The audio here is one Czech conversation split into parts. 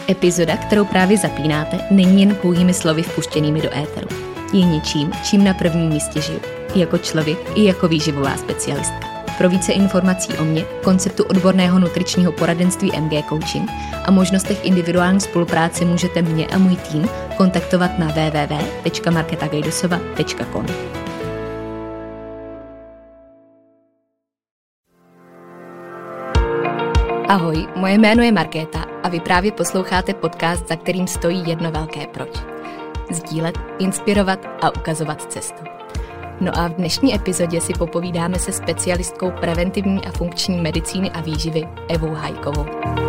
Epizoda, kterou právě zapínáte, není jen pouhými slovy vpuštěnými do éteru. Je něčím, čím na prvním místě žiju. I jako člověk, i jako výživová specialistka. Pro více informací o mně, konceptu odborného nutričního poradenství MG Coaching a možnostech individuální spolupráce můžete mě a můj tým kontaktovat na www.marketagajdosova.com. Ahoj, moje jméno je Markéta a vy právě posloucháte podcast, za kterým stojí jedno velké proč. Sdílet, inspirovat a ukazovat cestu. No a v dnešní epizodě si popovídáme se specialistkou preventivní a funkční medicíny a výživy Evou Hajkovou.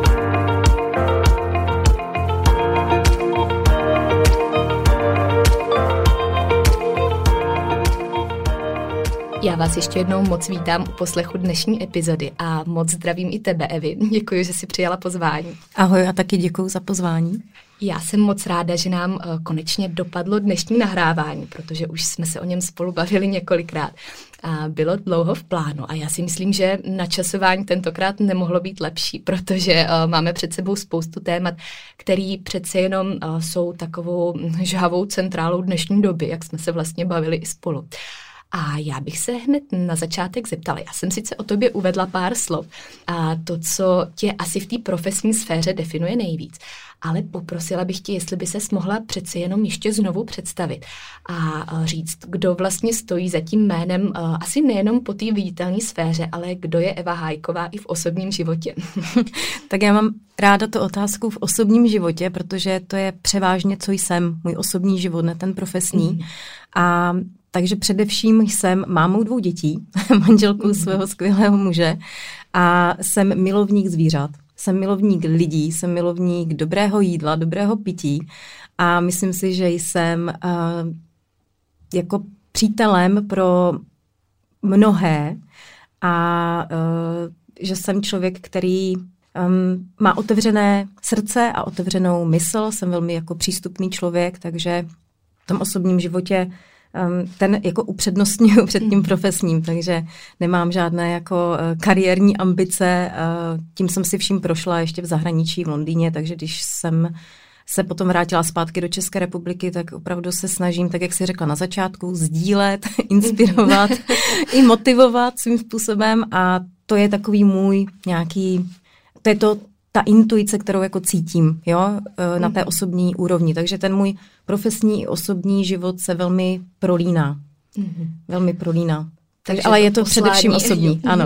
Já vás ještě jednou moc vítám u poslechu dnešní epizody a moc zdravím i tebe, Evi. Děkuji, že jsi přijala pozvání. Ahoj a taky děkuji za pozvání. Já jsem moc ráda, že nám konečně dopadlo dnešní nahrávání, protože už jsme se o něm spolu bavili několikrát. A bylo dlouho v plánu a já si myslím, že načasování tentokrát nemohlo být lepší, protože máme před sebou spoustu témat, které přece jenom jsou takovou žhavou centrálou dnešní doby, jak jsme se vlastně bavili i spolu. A já bych se hned na začátek zeptala. Já jsem sice o tobě uvedla pár slov a to, co tě asi v té profesní sféře definuje nejvíc, ale poprosila bych tě, jestli by ses mohla přece jenom ještě znovu představit a říct, kdo vlastně stojí za tím jménem, asi nejenom po té viditelné sféře, ale kdo je Eva Hajková i v osobním životě. Tak já mám ráda tu otázku v osobním životě, protože to je převážně, co jsem, můj osobní život, ne ten profesní. A takže především jsem mámou 2 dětí, manželkou svého skvělého muže a jsem milovník zvířat. Jsem milovník lidí, jsem milovník dobrého jídla, dobrého pití a myslím si, že jsem jako přítelem pro mnohé a že jsem člověk, který má otevřené srdce a otevřenou mysl. Jsem velmi jako přístupný člověk, takže v tom osobním životě ten jako upřednostňuji před tím profesním, takže nemám žádné jako kariérní ambice. Tím jsem si vším prošla ještě v zahraničí v Londýně, takže když jsem se potom vrátila zpátky do České republiky, tak opravdu se snažím, tak jak jsi řekla na začátku, sdílet, inspirovat i motivovat svým způsobem a to je takový můj nějaký, to je ta intuice, kterou jako cítím, jo, na té osobní úrovni. Takže ten můj profesní i osobní život se velmi prolíná. Velmi prolíná. Takže ale je to především osobní, ano.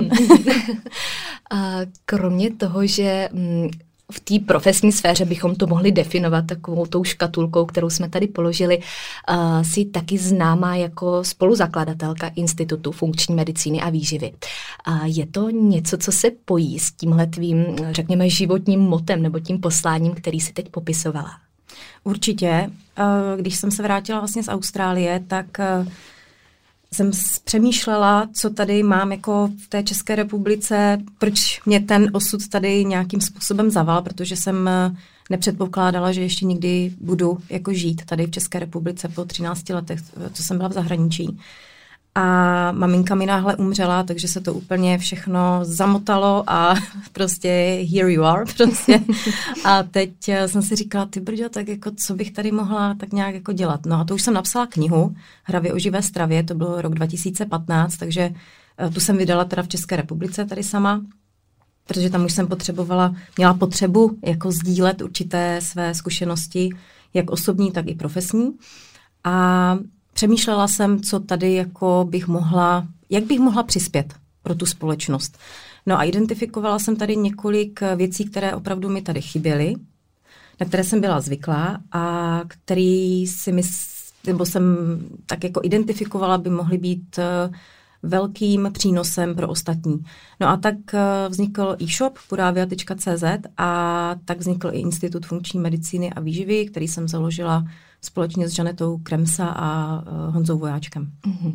A kromě toho, že v té profesní sféře bychom to mohli definovat takovou tou škatulkou, kterou jsme tady položili, si taky známá jako spoluzakladatelka Institutu funkční medicíny a výživy. Je to něco, co se pojí s tímhle tvým, řekněme, životním motem nebo tím posláním, který si teď popisovala? Určitě. Když jsem se vrátila vlastně z Austrálie, tak jsem přemýšlela, co tady mám jako v té České republice, proč mě ten osud tady nějakým způsobem zaval, protože jsem nepředpokládala, že ještě někdy budu jako žít tady v České republice po 13 letech, co jsem byla v zahraničí. A maminka mi náhle umřela, takže se to úplně všechno zamotalo a prostě here you are prostě. A teď jsem si říkala, ty brďo, tak jako co bych tady mohla tak nějak jako dělat. No a to už jsem napsala knihu Hravě o živé stravě, to bylo rok 2015, takže tu jsem vydala teda v České republice tady sama, protože tam už jsem měla potřebu jako sdílet určité své zkušenosti, jak osobní, tak i profesní. A přemýšlela jsem, co tady jako jak bych mohla přispět pro tu společnost. No a identifikovala jsem tady několik věcí, které opravdu mi tady chyběly, na které jsem byla zvyklá a který jsem tak jako identifikovala, by mohly být velkým přínosem pro ostatní. No a tak vznikl e-shop puravia.cz a tak vznikl i Institut funkční medicíny a výživy, který jsem založila společně s Žanetou Kremsa a Honzou Vojáčkem.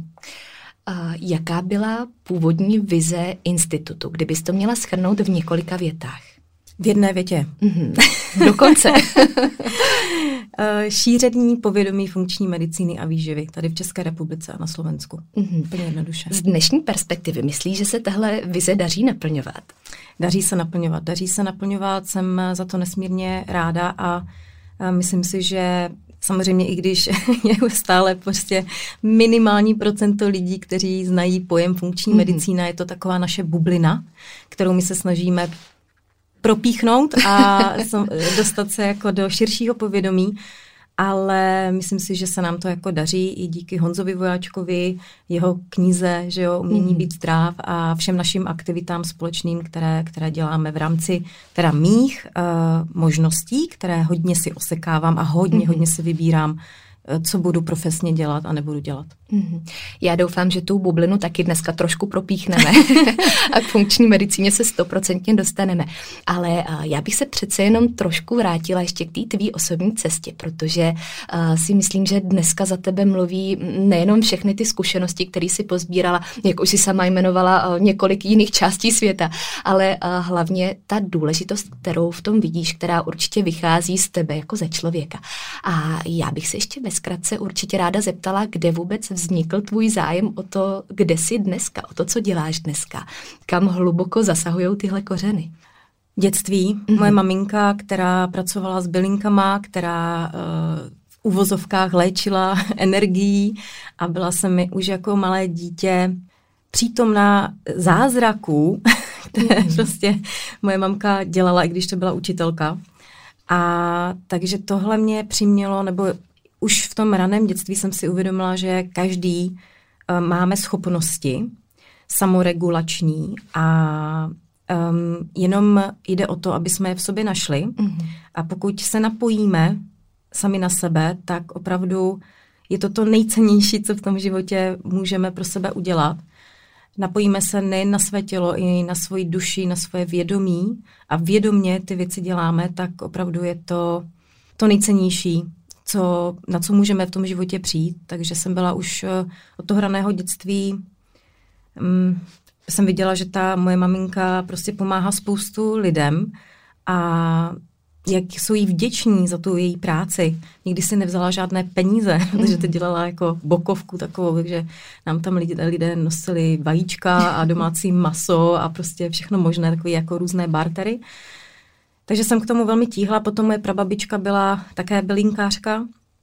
A jaká byla původní vize institutu, kdybys to měla shrnout v několika větách? V jedné větě. Dokonce. Šíření povědomí funkční medicíny a výživy tady v České republice a na Slovensku. Úplně jednoduše. Z dnešní perspektivy myslíš, že se tahle vize daří naplňovat? Daří se naplňovat, jsem za to nesmírně ráda a myslím si, že samozřejmě i když je stále prostě minimální procento lidí, kteří znají pojem funkční medicína, je to taková naše bublina, kterou my se snažíme propíchnout a dostat se jako do širšího povědomí, ale myslím si, že se nám to jako daří i díky Honzovi Vojáčkovi, jeho knize, že jo, Umění být zdrav a všem našim aktivitám společným, které děláme v rámci teda mých možností, které hodně si osekávám a hodně si vybírám, co budu profesně dělat a nebudu dělat. Já doufám, že tu bublinu taky dneska trošku propíchneme a k funkční medicíně se 100% dostaneme. Ale já bych se přece jenom trošku vrátila ještě k té tvý osobní cestě, protože si myslím, že dneska za tebe mluví nejenom všechny ty zkušenosti, které si pozbírala, jak už si sama jmenovala několik jiných částí světa, ale hlavně ta důležitost, kterou v tom vidíš, která určitě vychází z tebe jako ze člověka. A já bych se ještě ve zkratce určitě ráda zeptala, kde vůbec vznikl tvůj zájem o to, kde jsi dneska, o to, co děláš dneska, kam hluboko zasahujou tyhle kořeny. Dětství. Moje maminka, která pracovala s bylinkama, která v uvozovkách léčila energií a byla se mi už jako malé dítě přítomná zázraků, které prostě moje mamka dělala, i když to byla učitelka. A takže tohle mě přimělo, nebo už v tom raném dětství jsem si uvědomila, že každý máme schopnosti samoregulační a jenom jde o to, aby jsme je v sobě našli. A pokud se napojíme sami na sebe, tak opravdu je to nejcennější, co v tom životě můžeme pro sebe udělat. Napojíme se nejen na své tělo, i na svoji duši, na svoje vědomí a vědomě ty věci děláme, tak opravdu je to nejcennější, na co můžeme v tom životě přijít. Takže jsem byla už od toho raného dětství, jsem viděla, že ta moje maminka prostě pomáhá spoustu lidem a jak jsou jí vděční za tu její práci. Nikdy si nevzala žádné peníze, protože to dělala jako bokovku takovou, takže nám tam lidé nosili vajíčka a domácí maso a prostě všechno možné, takové jako různé bartery. Takže jsem k tomu velmi tíhla, potom moje prababička byla také bylinkářka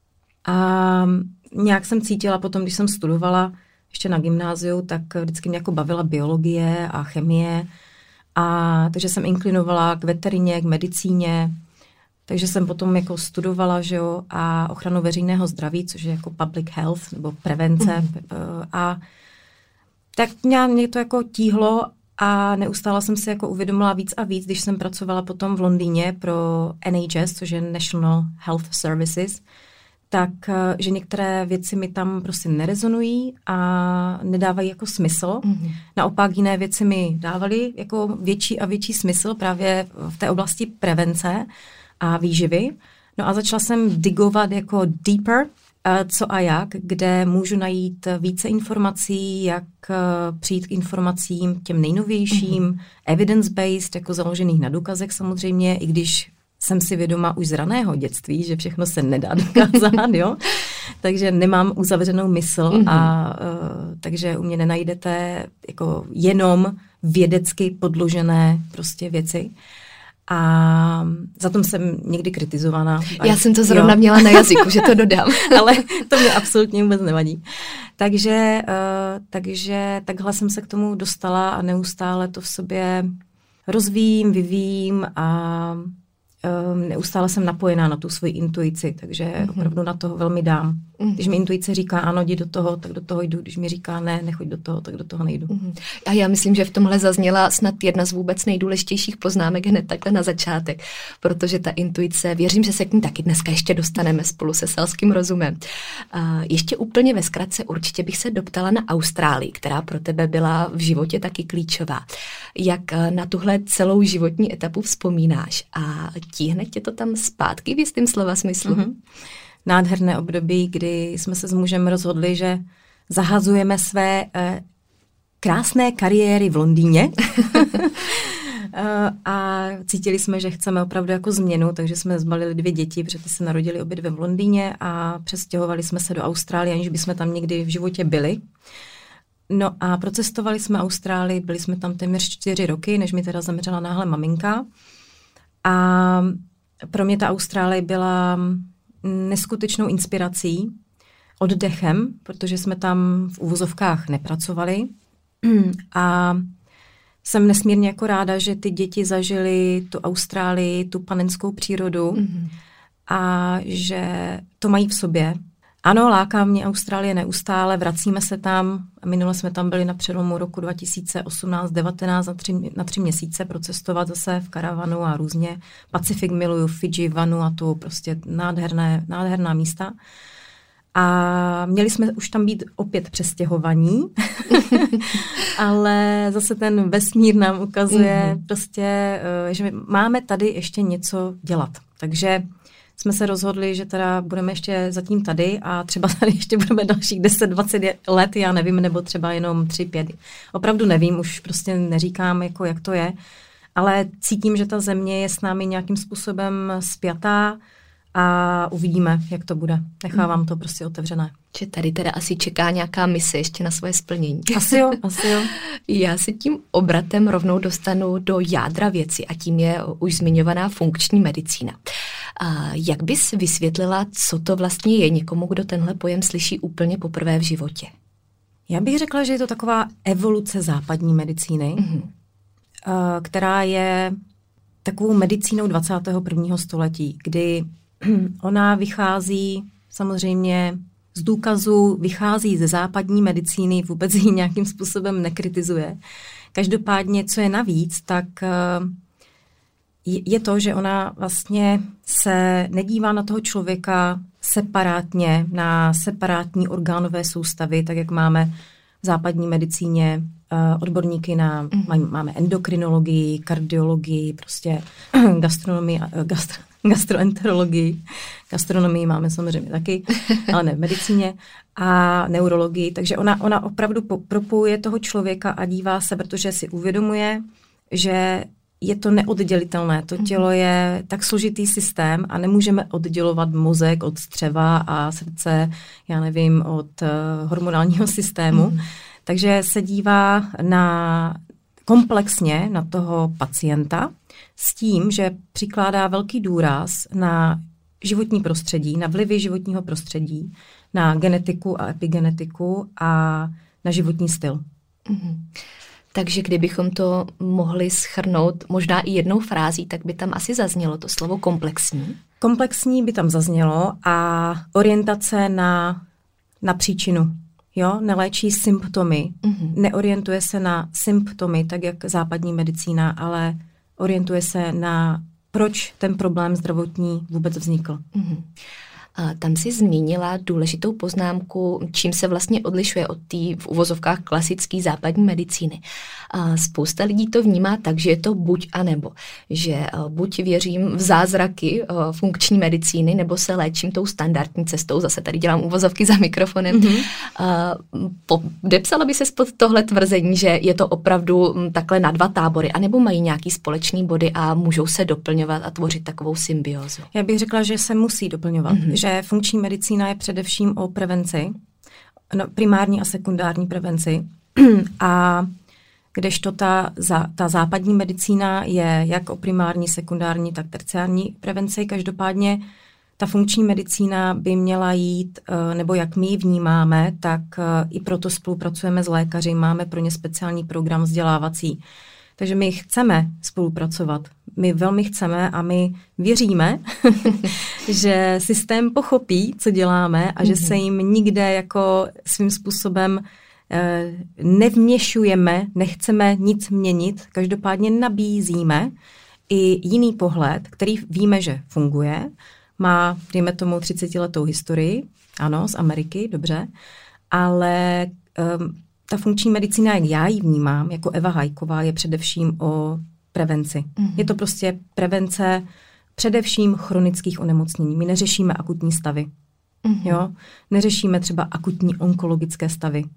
a nějak jsem cítila potom, když jsem studovala ještě na gymnáziu, tak vždycky mě jako bavila biologie a chemie a takže jsem inklinovala k veterině, k medicíně, takže jsem potom jako studovala, že jo, a ochranu veřejného zdraví, což je jako public health nebo prevence a tak mě to jako tíhlo a neustále jsem si jako uvědomila víc a víc, když jsem pracovala potom v Londýně pro NHS, což je National Health Services, tak, že některé věci mi tam prostě nerezonují a nedávají jako smysl. Naopak jiné věci mi dávaly jako větší a větší smysl právě v té oblasti prevence a výživy. No a začala jsem digovat jako deeper, co a jak, kde můžu najít více informací, jak přijít k informacím těm nejnovějším, evidence-based, jako založených na důkazech samozřejmě, i když jsem si vědoma už z raného dětství, že všechno se nedá dokázat, jo. Takže nemám uzavřenou mysl a takže u mě nenajdete jako jenom vědecky podložené prostě věci. A za tom jsem někdy kritizovaná. Já jsem to zrovna měla na jazyku, že to dodám. Ale to mě absolutně vůbec nevadí. Takže takhle jsem se k tomu dostala a neustále to v sobě rozvíjím, vyvíjím a neustále jsem napojená na tu svoji intuici, takže opravdu na toho velmi dám. Když mi intuice říká ano, jdi do toho, tak do toho jdu. Když mi říká ne, nechoď do toho, tak do toho nejdu. A já myslím, že v tomhle zazněla snad jedna z vůbec nejdůležitějších poznámek hned takhle na začátek, protože ta intuice, věřím, že se k ní taky dneska ještě dostaneme spolu se selským rozumem. Ještě úplně ve zkratce určitě bych se doptala na Austrálii, která pro tebe byla v životě taky klíčová. Jak na tuhle celou životní etapu vzpomínáš a tíhne tě to tam zpátky v jistým slova smyslu? Nádherné období, kdy jsme se s mužem rozhodli, že zahazujeme své krásné kariéry v Londýně A cítili jsme, že chceme opravdu jako změnu, takže jsme zbalili 2 děti, protože ty se narodili obě 2 v Londýně a přestěhovali jsme se do Austrálie, aniž bychom tam nikdy v životě byli. No a procestovali jsme Austrálii, byli jsme tam téměř 4 roky, než mi teda zemřela náhle maminka. A pro mě ta Austrálie byla neskutečnou inspirací, oddechem, protože jsme tam v uvozovkách nepracovali. A jsem nesmírně jako ráda, že ty děti zažily tu Austrálii, tu panenskou přírodu a že to mají v sobě. Ano, láká mě Austrálie neustále, vracíme se tam. Minule jsme tam byli na přelomu roku 2018-19 na 3 měsíce procestovat zase v karavanu a různě. Pacifik miluju, Fidži, Vanuatu, prostě nádherná místa. A měli jsme už tam být opět přestěhovaní, ale zase ten vesmír nám ukazuje prostě, že máme tady ještě něco dělat. Takže jsme se rozhodli, že teda budeme ještě zatím tady a třeba tady ještě budeme dalších 10-20 let, já nevím, nebo třeba jenom 3-5. Opravdu nevím, už prostě neříkám, jako jak to je, ale cítím, že ta země je s námi nějakým způsobem spjatá a uvidíme, jak to bude. Nechávám to prostě otevřené. Že tady teda asi čeká nějaká mise ještě na svoje splnění. Asi jo. Já se tím obratem rovnou dostanu do jádra věci a tím je už zmiňovaná funkční medicína. A jak bys vysvětlila, co to vlastně je někomu, kdo tenhle pojem slyší úplně poprvé v životě? Já bych řekla, že je to taková evoluce západní medicíny, která je takovou medicínou 21. století, kdy ona vychází samozřejmě z důkazů, vychází ze západní medicíny, vůbec ji nějakým způsobem nekritizuje. Každopádně, co je navíc, tak je to, že ona vlastně se nedívá na toho člověka separátně, na separátní orgánové soustavy, tak jak máme v západní medicíně odborníky na, máme endokrinologii, kardiologii, prostě gastronomii, gastroenterologii, gastronomii máme samozřejmě taky, ale ne v medicíně, a neurologii. Takže ona opravdu propojuje toho člověka a dívá se, protože si uvědomuje, že je to neoddělitelné. To tělo je tak složitý systém a nemůžeme oddělovat mozek od střeva a srdce, já nevím, od hormonálního systému. Takže se dívá komplexně na toho pacienta s tím, že přikládá velký důraz na životní prostředí, na vlivy životního prostředí, na genetiku a epigenetiku a na životní styl. Takže kdybychom to mohli shrnout možná i jednou frází, tak by tam asi zaznělo to slovo komplexní. Komplexní by tam zaznělo a orientace na příčinu. Jo, neléčí symptomy, neorientuje se na symptomy, tak jak západní medicína, ale orientuje se na proč ten problém zdravotní vůbec vznikl. A tam si zmínila důležitou poznámku, čím se vlastně odlišuje od té v uvozovkách klasické západní medicíny. A spousta lidí to vnímá tak, že je to buď a nebo. Že buď věřím v zázraky funkční medicíny, nebo se léčím tou standardní cestou. Zase tady dělám uvozovky za mikrofonem. Podepsala by se pod tohle tvrzení, že je to opravdu takhle na 2 tábory, anebo mají nějaký společný body a můžou se doplňovat a tvořit takovou symbiózu? Já bych řekla, že se musí doplňovat. Že funkční medicína je především o prevenci, primární a sekundární prevenci. A kdežto ta západní medicína je jak o primární, sekundární, tak terciární prevenci. Každopádně ta funkční medicína by měla jít, nebo jak my ji vnímáme, tak i proto spolupracujeme s lékaři, máme pro ně speciální program vzdělávací. Takže my chceme spolupracovat. My velmi chceme a my věříme, že systém pochopí, co děláme a že se jim nikde jako svým způsobem nevměšujeme, nechceme nic měnit, každopádně nabízíme i jiný pohled, který víme, že funguje, má, dejme tomu, 30letou historii, ano, z Ameriky, dobře, ale ta funkční medicína, jak já ji vnímám, jako Eva Hajková, je především o prevenci. Je to prostě prevence především chronických onemocnění. My neřešíme akutní stavy. Jo? Neřešíme třeba akutní onkologické stavy.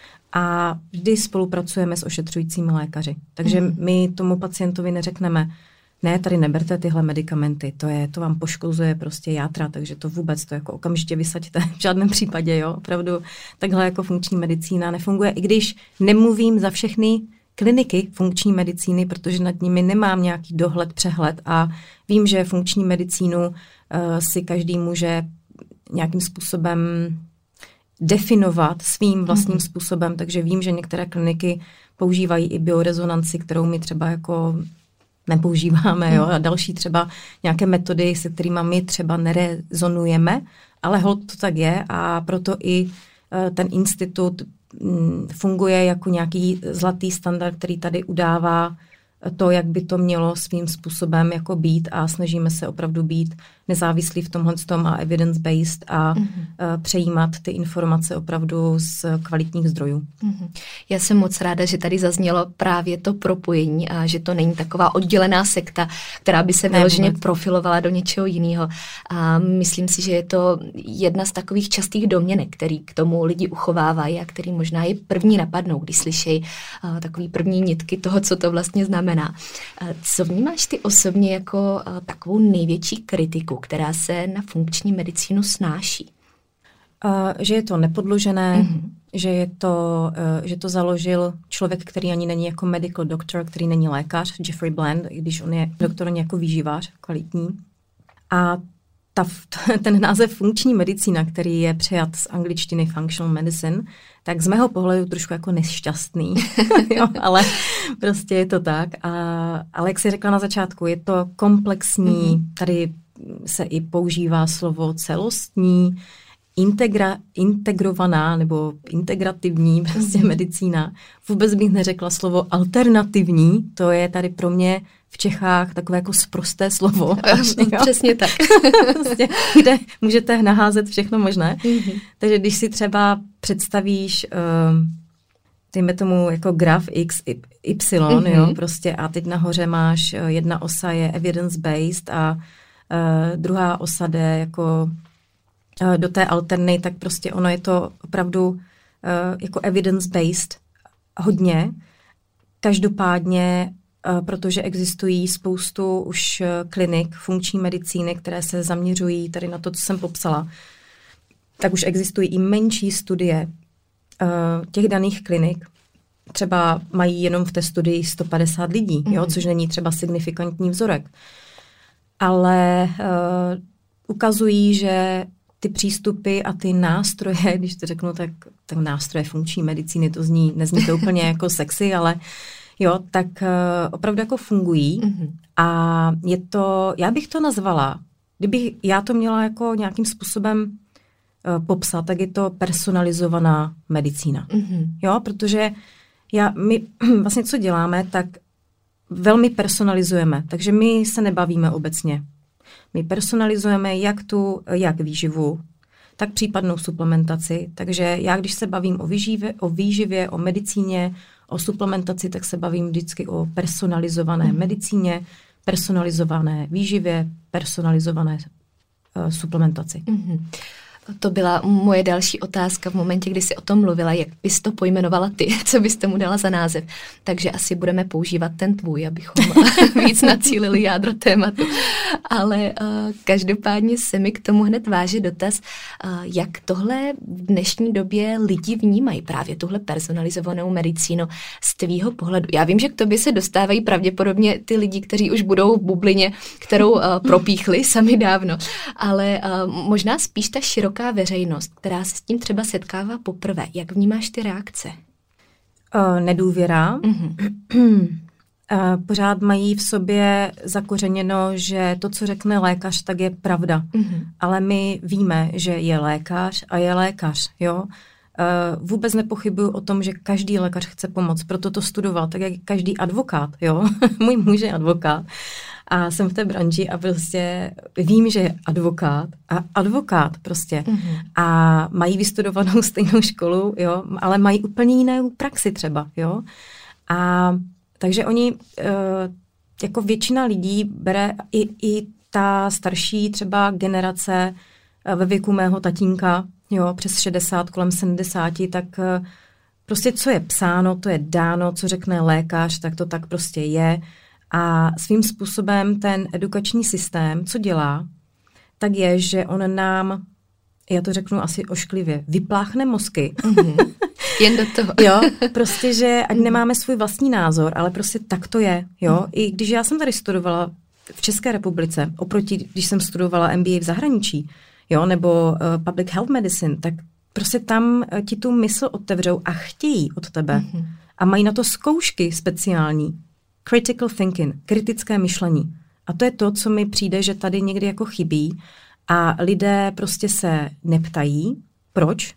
a vždy spolupracujeme s ošetřujícími lékaři. Takže my tomu pacientovi neřekneme, ne, tady neberte tyhle medicamenty, to vám poškozuje prostě játra, takže to vůbec, to jako okamžitě vysaďte, v žádném případě, jo, opravdu takhle jako funkční medicína nefunguje, i když nemluvím za všechny kliniky funkční medicíny, protože nad nimi nemám nějaký dohled, přehled a vím, že funkční medicínu si každý může nějakým způsobem definovat svým vlastním způsobem, takže vím, že některé kliniky používají i biorezonanci, kterou my třeba jako nepoužíváme, jo, a další třeba nějaké metody, se kterými my třeba nerezonujeme, ale holt to tak je a proto i ten institut funguje jako nějaký zlatý standard, který tady udává to, jak by to mělo svým způsobem jako být a snažíme se opravdu být nezávislí v tomhle tom a evidence-based a přejímat ty informace opravdu z kvalitních zdrojů. Já jsem moc ráda, že tady zaznělo právě to propojení a že to není taková oddělená sekta, která by se vyloženě profilovala do něčeho jiného. A myslím si, že je to jedna z takových častých domněnek, který k tomu lidi uchovávají a který možná je první napadnou, když slyšejí takový první nitky toho, co to vlastně znamená. Co vnímáš ty osobně jako takovou největší kritiku, která se na funkční medicínu snáší? Že je to nepodložené, že to založil člověk, který ani není jako medical doctor, který není lékař, Jeffrey Bland, i když on je doktor, on jako výživář, kvalitní. A ten název funkční medicína, který je přijat z angličtiny functional medicine, tak z mého pohledu trošku jako nešťastný, jo, ale prostě je to tak. Ale jak jsi řekla na začátku, je to komplexní, tady se i používá slovo celostní, integrovaná nebo integrativní prostě medicína. Vůbec bych neřekla slovo alternativní, to je tady pro mě v Čechách takové jako sprosté slovo. Přesně tak. Prostě, kde můžete naházet všechno možné. Takže když si třeba představíš dejme tomu jako graf X, Y, jo, prostě a teď nahoře máš jedna osa je evidence-based a druhá osa jde jako do té alterny, tak prostě ono je to opravdu jako evidence-based hodně. Každopádně, protože existují spoustu už klinik funkční medicíny, které se zaměřují tady na to, co jsem popsala, tak už existují i menší studie těch daných klinik. Třeba mají jenom v té studii 150 lidí, jo, což není třeba signifikantní vzorek. Ale ukazují, že ty přístupy a ty nástroje, když to řeknu, tak nástroje funkční medicíny, nezní to úplně jako sexy, ale jo, tak opravdu jako fungují. A je to, já bych to nazvala, kdybych já to měla jako nějakým způsobem popsat, tak je to personalizovaná medicína. Jo, protože my vlastně co děláme, tak velmi personalizujeme, takže my se nebavíme obecně. My personalizujeme jak výživu, tak případnou suplementaci. Takže já, když se bavím o výživě, o medicíně, o suplementaci, tak se bavím vždycky o personalizované medicíně, personalizované výživě, personalizované suplementaci. To byla moje další otázka v momentě, kdy jsi o tom mluvila, jak bys to pojmenovala ty, co bys tomu dala za název. Takže asi budeme používat ten tvůj, abychom víc nacílili jádro tématu. Ale každopádně se mi k tomu hned váže dotaz, jak tohle v dnešní době lidi vnímají, právě tuhle personalizovanou medicínu z tvýho pohledu. Já vím, že k tobě se dostávají pravděpodobně ty lidi, kteří už budou v bublině, kterou propíchli sami dávno, ale možná spíš ta široká veřejnost, která se s tím třeba setkává poprvé. Jak vnímáš ty reakce? Nedůvěra. Pořád mají v sobě zakořeněno, že to, co řekne lékař, tak je pravda. Ale my víme, že je lékař a je lékař. Jo? Vůbec nepochybuju o tom, že každý lékař chce pomoct. Proto to studoval, tak jak každý advokát. Jo? Můj muž je advokát. A jsem v té branži a prostě vím, že je advokát prostě. A mají vystudovanou stejnou školu, jo, ale mají úplně jinou praxi třeba, jo. A takže oni, jako většina lidí bere i ta starší třeba generace ve věku mého tatínka, jo, přes 60, kolem 70, tak Prostě co je psáno, to je dáno, co řekne lékař, tak to tak prostě je. A svým způsobem ten edukační systém, co dělá, tak je, že on nám, já to řeknu asi ošklivě, vypláchne mozky. Mm-hmm. Jen do toho. Jo, prostě, že ať nemáme svůj vlastní názor, ale prostě tak to je. Jo? I když já jsem tady studovala v České republice, oproti, když jsem studovala MBA v zahraničí, jo, nebo Public Health Medicine, tak prostě tam ti tu mysl otevřou a chtějí od tebe. Mm-hmm. A mají na to zkoušky speciální. Critical thinking, kritické myšlení. A to je to, co mi přijde, že tady někdy jako chybí. A lidé prostě se neptají, proč.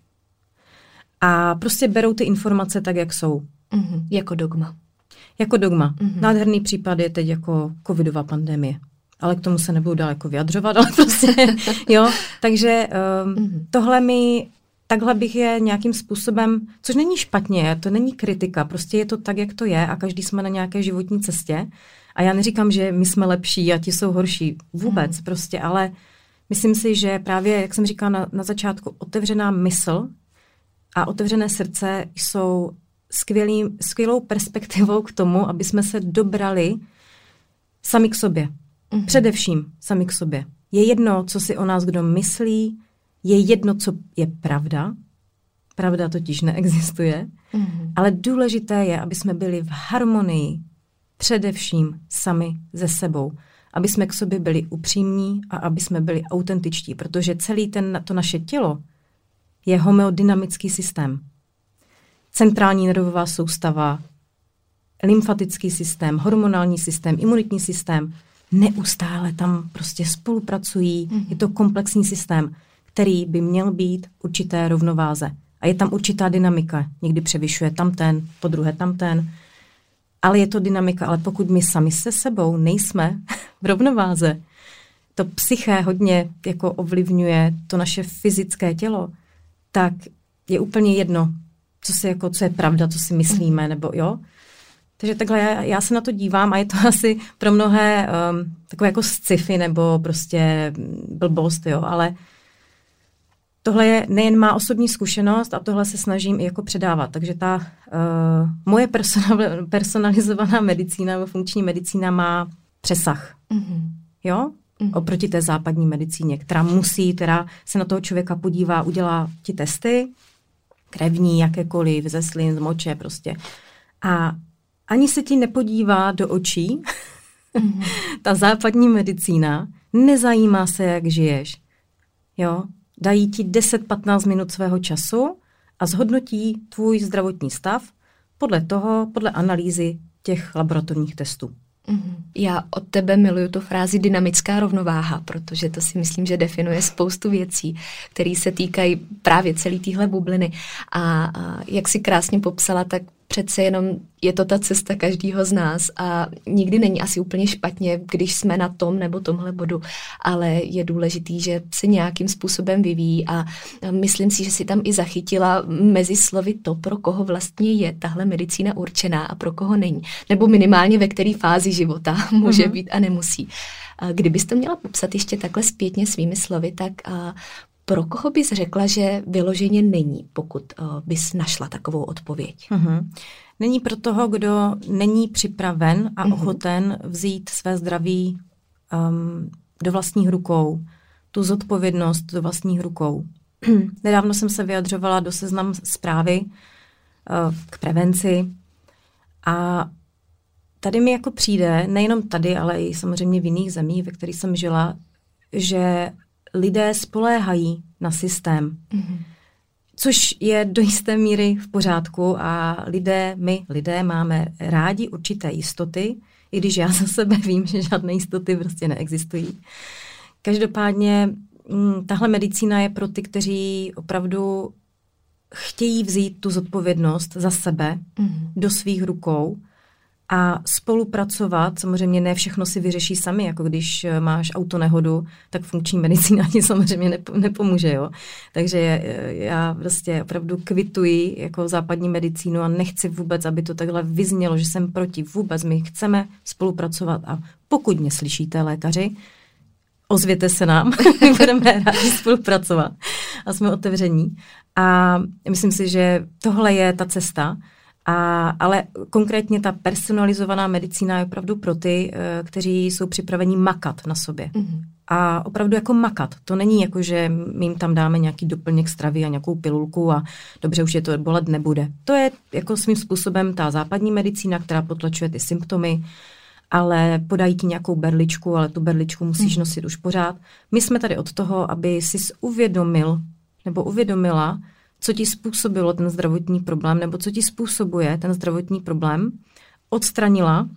A prostě berou ty informace tak, jak jsou. Mm-hmm. Jako dogma. Jako dogma. Mm-hmm. Nádherný případ je teď jako covidová pandemie. Ale k tomu se nebudu dál jako vyjadřovat, ale prostě, jo. Takže tohle takhle bych je nějakým způsobem, což není špatně, to není kritika, prostě je to tak, jak to je a každý jsme na nějaké životní cestě. A já neříkám, že my jsme lepší a ti jsou horší. Vůbec prostě, ale myslím si, že právě, jak jsem říkala na začátku, otevřená mysl a otevřené srdce jsou skvělou perspektivou k tomu, aby jsme se dobrali sami k sobě. Mm-hmm. Především sami k sobě. Je jedno, co si o nás kdo myslí, je jedno, co je pravda. Pravda totiž neexistuje. Mm-hmm. Ale důležité je, aby jsme byli v harmonii především sami se sebou. Aby jsme k sobě byli upřímní a aby jsme byli autentičtí, protože celý to naše tělo je homeodynamický systém. Centrální nervová soustava, lymfatický systém, hormonální systém, imunitní systém, neustále tam prostě spolupracují. Je to komplexní systém, který by měl být určité rovnováze. A je tam určitá dynamika. Někdy převyšuje tamten, podruhé tamten. Ale je to dynamika. Ale pokud my sami se sebou nejsme v rovnováze, to psyché hodně jako ovlivňuje to naše fyzické tělo, tak je úplně jedno, co je pravda, co si myslíme, nebo jo. Takže takhle já se na to dívám a je to asi pro mnohé takové jako sci-fi nebo prostě blbost, jo, ale tohle je nejen má osobní zkušenost a tohle se snažím i jako předávat. Takže ta moje personalizovaná medicína nebo funkční medicína má přesah. Mm-hmm. Jo? Mm-hmm. Oproti té západní medicíně, která se na toho člověka podívá, udělá ti testy, krevní, jakékoliv, ze slin, z moče prostě. A ani se ti nepodívá do očí. Mm-hmm. Ta západní medicína nezajímá se, jak žiješ. Jo? Dají ti 10-15 minut svého času a zhodnotí tvůj zdravotní stav podle analýzy těch laboratorních testů. Já od tebe miluju tu frázi dynamická rovnováha, protože to si myslím, že definuje spoustu věcí, které se týkají právě celé téhle bubliny. A jak si krásně popsala, tak přece jenom je to ta cesta každého z nás a nikdy není asi úplně špatně, když jsme na tom nebo tomhle bodu, ale je důležitý, že se nějakým způsobem vyvíjí a myslím si, že si tam i zachytila mezi slovy to, pro koho vlastně je tahle medicína určená a pro koho není. Nebo minimálně ve které fázi života může být a nemusí. Kdybys to měla popsat ještě takhle zpětně svými slovy, tak pro koho bys řekla, že vyloženě není, pokud bys našla takovou odpověď? Není pro toho, kdo není připraven a ochoten vzít své zdraví do vlastních rukou, tu zodpovědnost do vlastních rukou. Nedávno jsem se vyjadřovala do Seznam Zprávy k prevenci a tady mi jako přijde, nejenom tady, ale i samozřejmě v jiných zemích, ve kterých jsem žila, že lidé spoléhají na systém, což je do jisté míry v pořádku a my lidé máme rádi určité jistoty, i když já za sebe vím, že žádné jistoty prostě neexistují. Každopádně tahle medicína je pro ty, kteří opravdu chtějí vzít tu zodpovědnost za sebe do svých rukou a spolupracovat. Samozřejmě ne všechno si vyřeší sami, jako když máš autonehodu, tak funkční medicína ti samozřejmě nepomůže. Jo? Takže já prostě opravdu kvituji jako západní medicínu a nechci vůbec, aby to takhle vyznělo, že jsem proti. Vůbec my chceme spolupracovat a pokud mě slyšíte lékaři, ozvěte se nám, budeme rádi spolupracovat. a jsme otevření. A myslím si, že tohle je ta cesta. Ale konkrétně ta personalizovaná medicína je opravdu pro ty, kteří jsou připraveni makat na sobě. A opravdu jako makat. To není jako, že my jim tam dáme nějaký doplněk stravy a nějakou pilulku a dobře, už je to bolet nebude. To je jako svým způsobem ta západní medicína, která potlačuje ty symptomy, ale podají ti nějakou berličku, ale tu berličku musíš nosit už pořád. My jsme tady od toho, aby jsi uvědomil nebo uvědomila, co ti způsobilo ten zdravotní problém, nebo co ti způsobuje ten zdravotní problém, odstranila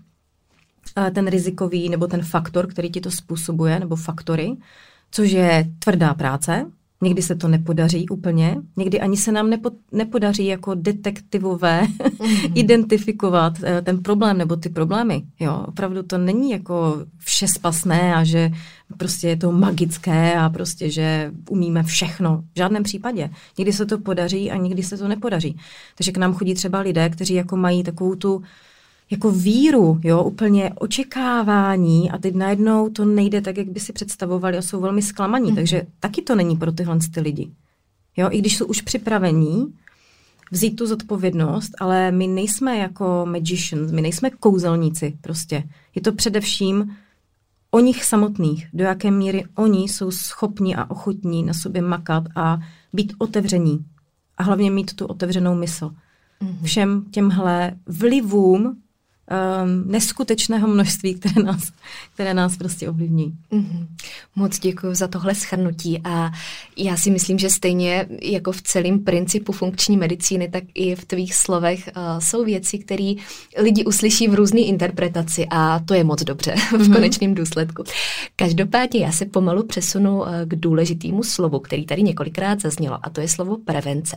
ten rizikový nebo ten faktor, který ti to způsobuje, nebo faktory, což je tvrdá práce. Někdy se to nepodaří úplně, někdy ani se nám nepodaří jako detektivové identifikovat ten problém nebo ty problémy. Jo, opravdu to není jako všespasné a že prostě je to magické a prostě, že umíme všechno. V žádném případě. Někdy se to podaří a někdy se to nepodaří. Takže k nám chodí třeba lidé, kteří jako mají takovou tu jako víru, jo, úplně očekávání a teď najednou to nejde tak, jak by si představovali a jsou velmi zklamaní. Takže taky to není pro tyhle ty lidi. Jo, i když jsou už připravení vzít tu zodpovědnost, ale my nejsme jako magicians, my nejsme kouzelníci prostě. Je to především o nich samotných, do jaké míry oni jsou schopni a ochotní na sobě makat a být otevření. A hlavně mít tu otevřenou mysl. Všem těmhle vlivům neskutečného množství, které nás prostě ovlivní. Moc děkuji za tohle shrnutí a já si myslím, že stejně jako v celém principu funkční medicíny, tak i v tvých slovech jsou věci, které lidi uslyší v různé interpretaci a to je moc dobře v konečném důsledku. Každopádně já se pomalu přesunu k důležitému slovu, který tady několikrát zaznělo a to je slovo prevence.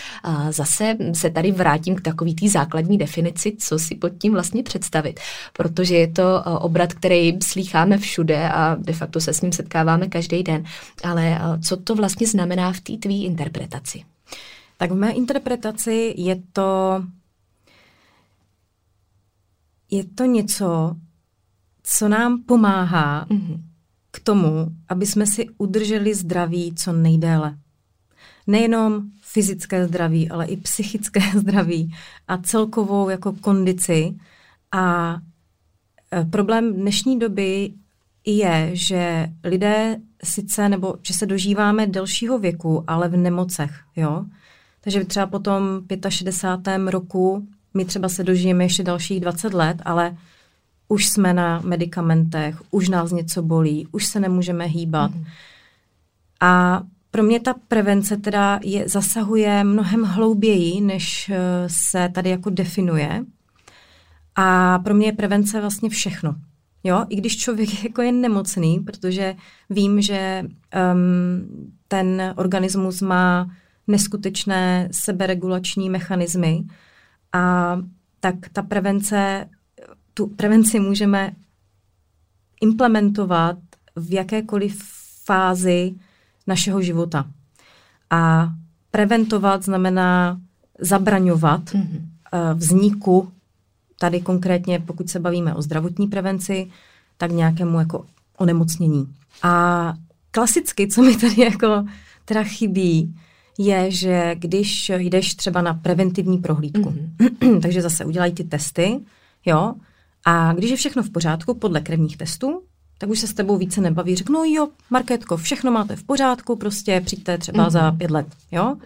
Zase se tady vrátím k takový té základní definici, co si pod tím vlastně představit, protože je to obrat, který slýcháme všude a de facto se s ním setkáváme každý den. Ale co to vlastně znamená v té tvý interpretaci? Tak v mé interpretaci je to něco, co nám pomáhá k tomu, aby jsme si udrželi zdraví co nejdéle. Nejenom fyzické zdraví, ale i psychické zdraví a celkovou jako kondici. A problém dnešní doby je, že lidé sice, nebo že se dožíváme delšího věku, ale v nemocech, jo. Takže třeba po tom 65. roku my třeba se dožijeme ještě dalších 20 let, ale už jsme na medicamentech, už nás něco bolí, už se nemůžeme hýbat. A pro mě ta prevence teda zasahuje mnohem hlouběji, než se tady jako definuje. A pro mě je prevence vlastně všechno. Jo? I když člověk jako je nemocný, protože vím, že ten organismus má neskutečné seberegulační mechanismy a tak tu prevenci můžeme implementovat v jakékoliv fázi našeho života. A preventovat znamená zabraňovat vzniku, tady konkrétně, pokud se bavíme o zdravotní prevenci, tak nějakému jako onemocnění. A klasicky, co mi tady jako teda chybí, je, že když jdeš třeba na preventivní prohlídku, takže zase udělají ty testy, jo, a když je všechno v pořádku podle krevních testů, tak už se s tebou více nebaví. Řeknou, no jo, Markétko, všechno máte v pořádku, prostě přijďte třeba za 5 let, jo.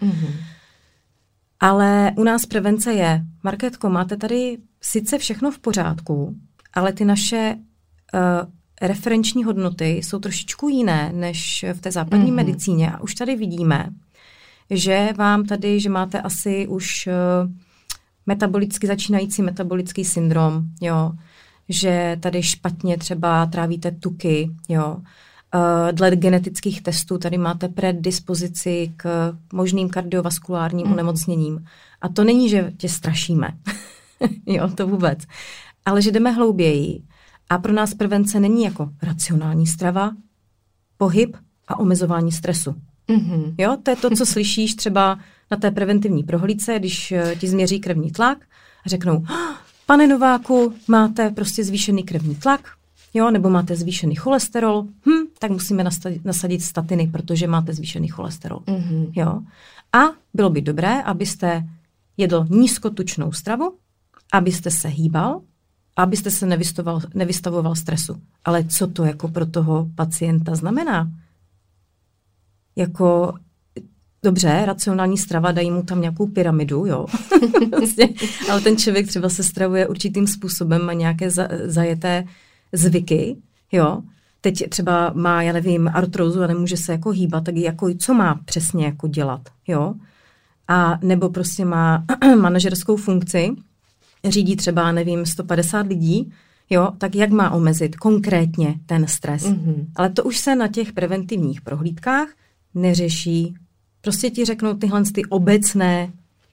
Ale u nás prevence je, Markétko, máte tady sice všechno v pořádku, ale ty naše referenční hodnoty jsou trošičku jiné než v té západní medicíně. A už tady vidíme, že máte asi už začínající metabolický syndrom, jo, že tady špatně třeba trávíte tuky, jo. Dle genetických testů tady máte predispozici k možným kardiovaskulárním onemocněním. A to není, že tě strašíme. Jo, to vůbec. Ale že jdeme hlouběji a pro nás prevence není jako racionální strava, pohyb a omezování stresu. Jo, to je to, co slyšíš třeba na té preventivní prohlídce, když ti změří krevní tlak a řeknou, pane Nováku, máte prostě zvýšený krevní tlak, jo, nebo máte zvýšený cholesterol, tak musíme nasadit statiny, protože máte zvýšený cholesterol. Jo. A bylo by dobré, abyste jedl nízkotučnou stravu, abyste se hýbal, abyste se nevystavoval stresu. Ale co to jako pro toho pacienta znamená? Jako, dobře, racionální strava, dají mu tam nějakou pyramidu, jo. Ale ten člověk třeba se stravuje určitým způsobem, má nějaké zajeté zvyky, jo. Teď třeba má, já nevím, artrózu a nemůže se jako hýbat, tak jako co má přesně jako dělat, jo. A nebo prostě má manažerskou funkci, řídí třeba, nevím, 150 lidí, jo, tak jak má omezit konkrétně ten stres. Ale to už se na těch preventivních prohlídkách neřeší. Prostě ti řeknou tyhle ty obecné,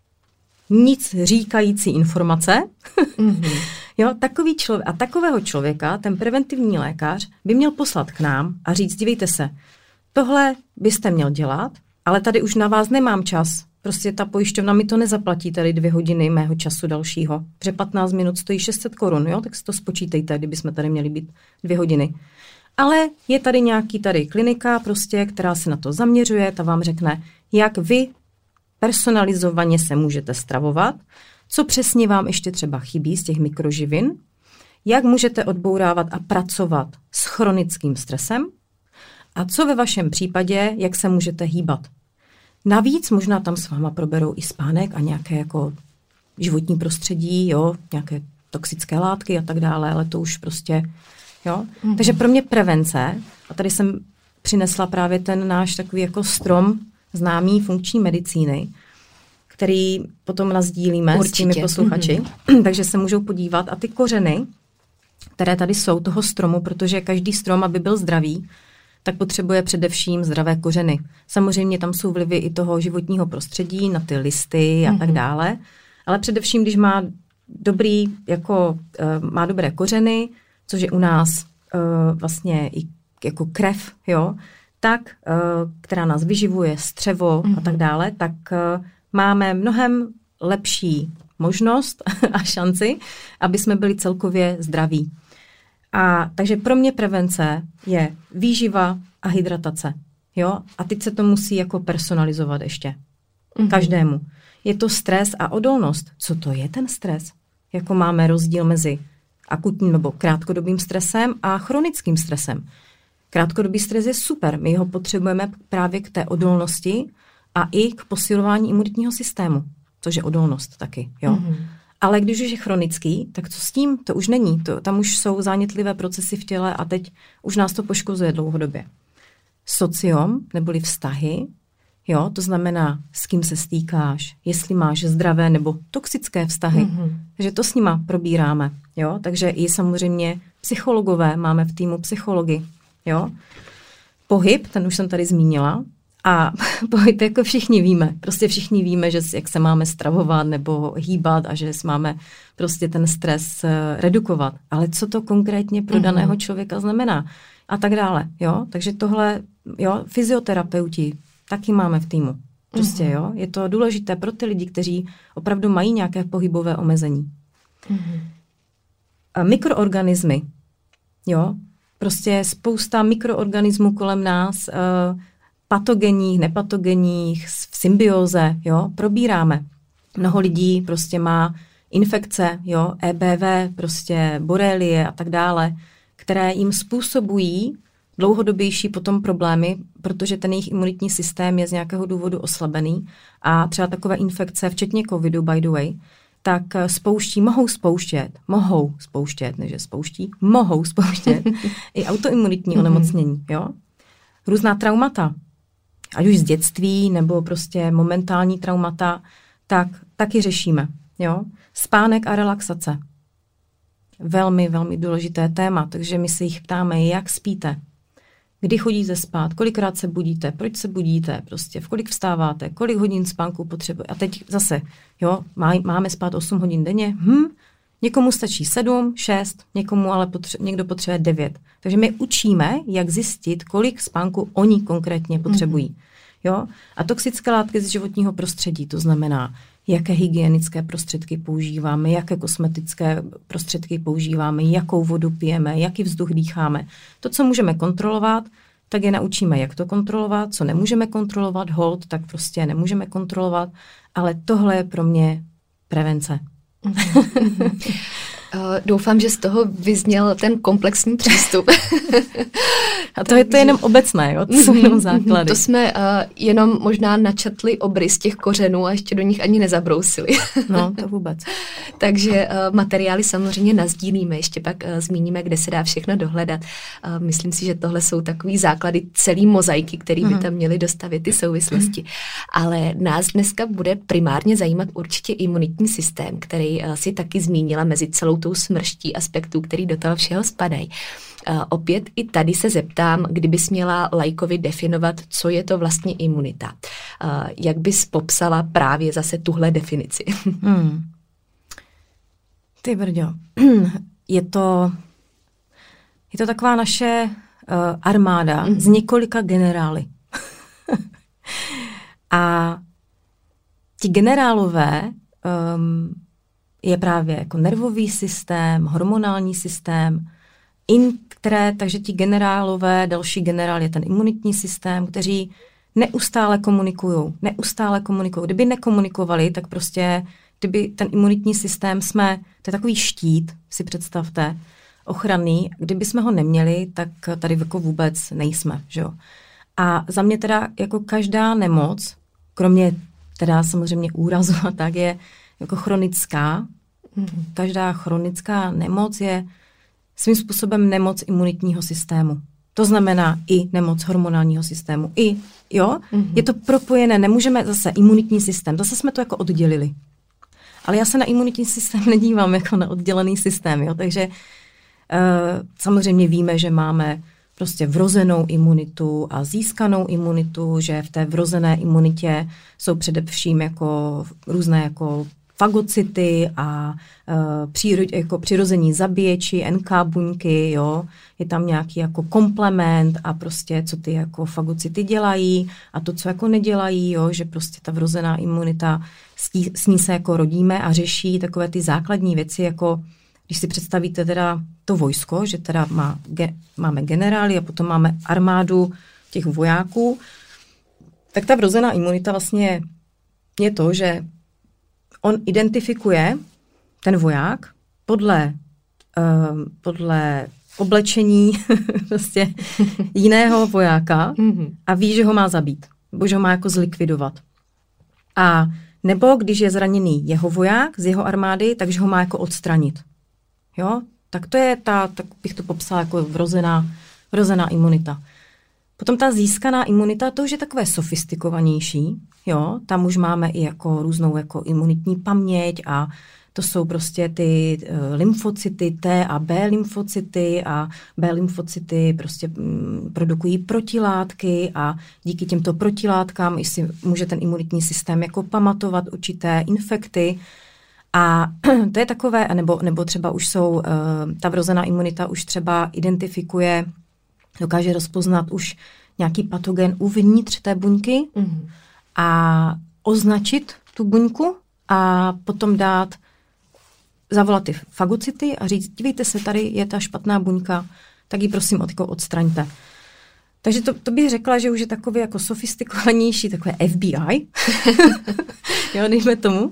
nic říkající informace. Jo, takový člověk, a takového člověka ten preventivní lékař by měl poslat k nám a říct, dívejte se, tohle byste měl dělat, ale tady už na vás nemám čas. Prostě ta pojišťovna mi to nezaplatí tady 2 hodiny mého času dalšího. Protože 15 minut stojí 600 korun, jo? Tak si to spočítejte, kdyby jsme tady měli být 2 hodiny. Ale je tady nějaký tady klinika, prostě, která se na to zaměřuje, ta vám řekne, jak vy personalizovaně se můžete stravovat, co přesně vám ještě třeba chybí z těch mikroživin, jak můžete odbourávat a pracovat s chronickým stresem a co ve vašem případě, jak se můžete hýbat. Navíc možná tam s váma proberou i spánek a nějaké jako životní prostředí, jo, nějaké toxické látky a tak dále, ale to už prostě, jo. Takže pro mě prevence, a tady jsem přinesla právě ten náš takový jako strom známý funkční medicíny, který potom nasdílíme s těmi posluchači, takže se můžou podívat a ty kořeny, které tady jsou toho stromu, protože každý strom, aby byl zdravý, tak potřebuje především zdravé kořeny. Samozřejmě tam jsou vlivy i toho životního prostředí, na ty listy a tak dále, ale především, když má má dobré kořeny, což je u nás vlastně i jako krev, jo, tak, která nás vyživuje, střevo a tak dále, tak máme mnohem lepší možnost a šanci, aby jsme byli celkově zdraví. A takže pro mě prevence je výživa a hydratace. Jo? A teď se to musí jako personalizovat ještě. Každému. Je to stres a odolnost. Co to je ten stres? Jako máme rozdíl mezi akutním nebo krátkodobým stresem a chronickým stresem. Krátkodobý stres je super. My ho potřebujeme právě k té odolnosti a i k posilování imunitního systému. Což je odolnost taky. Jo? Ale když už je chronický, tak co s tím? To už není. Tam už jsou zánětlivé procesy v těle a teď už nás to poškozuje dlouhodobě. Sociom, neboli vztahy, jo, to znamená, s kým se stýkáš, jestli máš zdravé nebo toxické vztahy. Takže to s nima probíráme. Jo? Takže i samozřejmě psychologové, máme v týmu psychology. Jo? Pohyb, ten už jsem tady zmínila. A pohyb jako všichni víme. Prostě všichni víme, že jak se máme stravovat nebo hýbat a že máme prostě ten stres redukovat. Ale co to konkrétně pro daného člověka znamená? A tak dále. Jo? Takže tohle, jo, fyzioterapeuti taky máme v týmu. Prostě, jo. Je to důležité pro ty lidi, kteří opravdu mají nějaké pohybové omezení. A mikroorganismy. Jo. Prostě spousta mikroorganismů kolem nás, patogenních, nepatogenních, v symbióze, jo, probíráme. Mnoho lidí prostě má infekce, jo, EBV, prostě borelie a tak dále, které jim způsobují dlouhodobější potom problémy, protože ten jejich imunitní systém je z nějakého důvodu oslabený a třeba takové infekce, včetně covidu, by the way, tak mohou spouštět i autoimunitní onemocnění, jo. Různá traumata, ať už z dětství nebo prostě momentální traumata, tak taky řešíme, jo. Spánek a relaxace. Velmi, velmi důležité téma, takže my se jich ptáme, jak spíte, kdy chodíte spát, kolikrát se budíte, proč se budíte, prostě v kolik vstáváte, kolik hodin spánku potřebujete. A teď zase, jo, máme spát 8 hodin denně, někomu stačí 7, 6, někomu ale někdo potřebuje 9. Takže my učíme, jak zjistit, kolik spánku oni konkrétně potřebují. Jo? A toxické látky z životního prostředí, to znamená jaké hygienické prostředky používáme, jaké kosmetické prostředky používáme, jakou vodu pijeme, jaký vzduch dýcháme. To, co můžeme kontrolovat, tak je naučíme, jak to kontrolovat, co nemůžeme kontrolovat, hold, tak prostě nemůžeme kontrolovat, ale tohle je pro mě prevence. Doufám, že z toho vyzněl ten komplexní přístup. A to je jenom obecné, jo? To jsou jenom základy. To jsme jenom možná načetli obrys těch kořenů a ještě do nich ani nezabrousili. No, to vůbec. Takže materiály samozřejmě nasdílíme, ještě pak zmíníme, kde se dá všechno dohledat. Myslím si, že tohle jsou takový základy celý mozaiky, který by tam měly dostavět ty souvislosti. Ale nás dneska bude primárně zajímat určitě imunitní systém, který si taky zmínila mezi celou tou smrští aspektů, který do toho všeho spadají. Opět i tady se zeptám, kdybys měla laikovi definovat, co je to vlastně imunita. Jak bys popsala právě zase tuhle definici? Ty brďo, je to taková naše armáda z několika generály. A ti generálové je právě jako nervový systém, hormonální systém, takže ti generálové, další generál je ten imunitní systém, kteří neustále komunikují. Kdyby nekomunikovali, tak prostě, kdyby ten imunitní systém to je takový štít, si představte, ochranný. Kdyby jsme ho neměli, tak tady jako vůbec nejsme, že jo. A za mě teda jako každá nemoc, kromě teda samozřejmě úrazu a tak, je jako chronická. Každá chronická nemoc je svým způsobem nemoc imunitního systému. To znamená i nemoc hormonálního systému. Je to propojené, nemůžeme zase imunitní systém, zase jsme to jako oddělili. Ale já se na imunitní systém nedívám jako na oddělený systém, jo? Takže samozřejmě víme, že máme prostě vrozenou imunitu a získanou imunitu, že v té vrozené imunitě jsou především jako různé jako fagocyty a jako přirození zabíječi, NK buňky, jo. Je tam nějaký jako komplement a prostě co ty jako fagocyty dělají a to, co jako nedělají, jo, že prostě ta vrozená imunita, s ní se jako rodíme a řeší takové ty základní věci, jako když si představíte teda to vojsko, že teda máme generály a potom máme armádu těch vojáků, tak ta vrozená imunita vlastně je to, že on identifikuje ten voják podle oblečení prostě jiného vojáka a ví, že ho má zabít, nebo že ho má jako zlikvidovat. A nebo když je zraněný jeho voják z jeho armády, takže ho má jako odstranit. Jo? Tak to je tak bych to popsala jako vrozená imunita. Potom ta získaná imunita, to už je takové sofistikovanější, jo, tam už máme i jako různou jako imunitní paměť a to jsou prostě ty lymfocyty, T a B lymfocyty a B lymfocyty prostě produkují protilátky a díky těmto protilátkám si může ten imunitní systém jako pamatovat určité infekty. A to je takové, nebo třeba už jsou, ta vrozená imunita už třeba dokáže rozpoznat už nějaký patogen uvnitř té buňky a označit tu buňku a potom zavolat ty fagocyty a říct, dívejte se, tady je ta špatná buňka, tak ji prosím odstraňte. Takže to bych řekla, že už je takové jako sofistikovanější, takové FBI, jo, dejme tomu.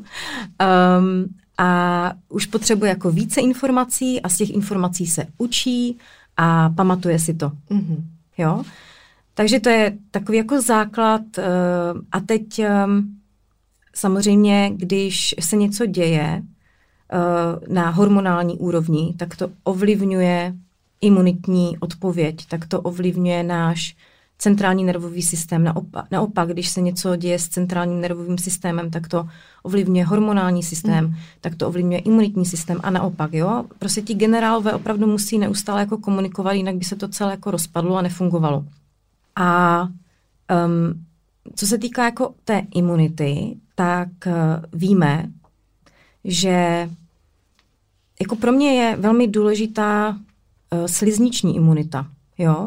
A už potřebuje jako více informací a z těch informací se učí a pamatuje si to. Jo? Takže to je takový jako základ. A teď samozřejmě, když se něco děje na hormonální úrovni, tak to ovlivňuje imunitní odpověď, tak to ovlivňuje náš centrální nervový systém. Naopak, když se něco děje s centrálním nervovým systémem, tak to ovlivňuje hormonální systém, tak to ovlivňuje imunitní systém a naopak, jo. Prostě ti generálové opravdu musí neustále jako komunikovat, jinak by se to celé jako rozpadlo a nefungovalo. A co se týká jako té imunity, tak víme, že jako pro mě je velmi důležitá slizniční imunita, jo.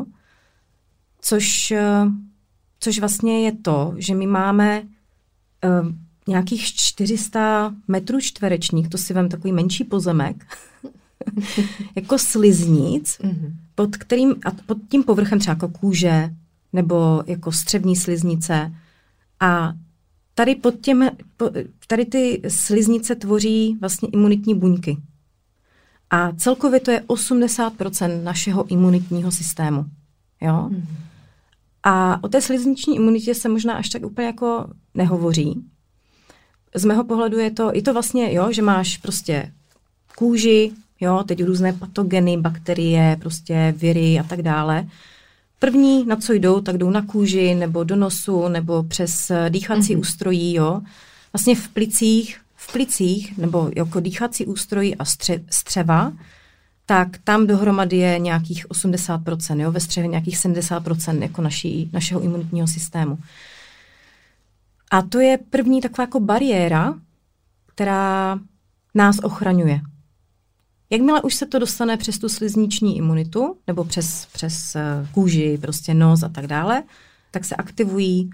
Což vlastně je to, že my máme nějakých 400 metrů čtverečních, to si vem takový menší pozemek, jako sliznic, pod tím povrchem třeba jako kůže, nebo jako střevní sliznice. A tady ty sliznice tvoří vlastně imunitní buňky. A celkově to je 80% našeho imunitního systému. Jo? A o té slizniční imunitě se možná až tak úplně jako nehovoří. Z mého pohledu je to vlastně, jo, že máš prostě kůži, jo, teď různé patogeny, bakterie, prostě viry a tak dále. První, na co jdou, tak jdou na kůži, nebo do nosu, nebo přes dýchací ústrojí, jo. Vlastně v plicích, nebo jako dýchací ústrojí a střeva, tak tam dohromady je nějakých 80%, jo, ve střevě nějakých 70% jako našeho imunitního systému. A to je první taková jako bariéra, která nás ochraňuje. Jakmile už se to dostane přes tu slizniční imunitu, nebo přes kůži, prostě nos a tak dále, tak se aktivují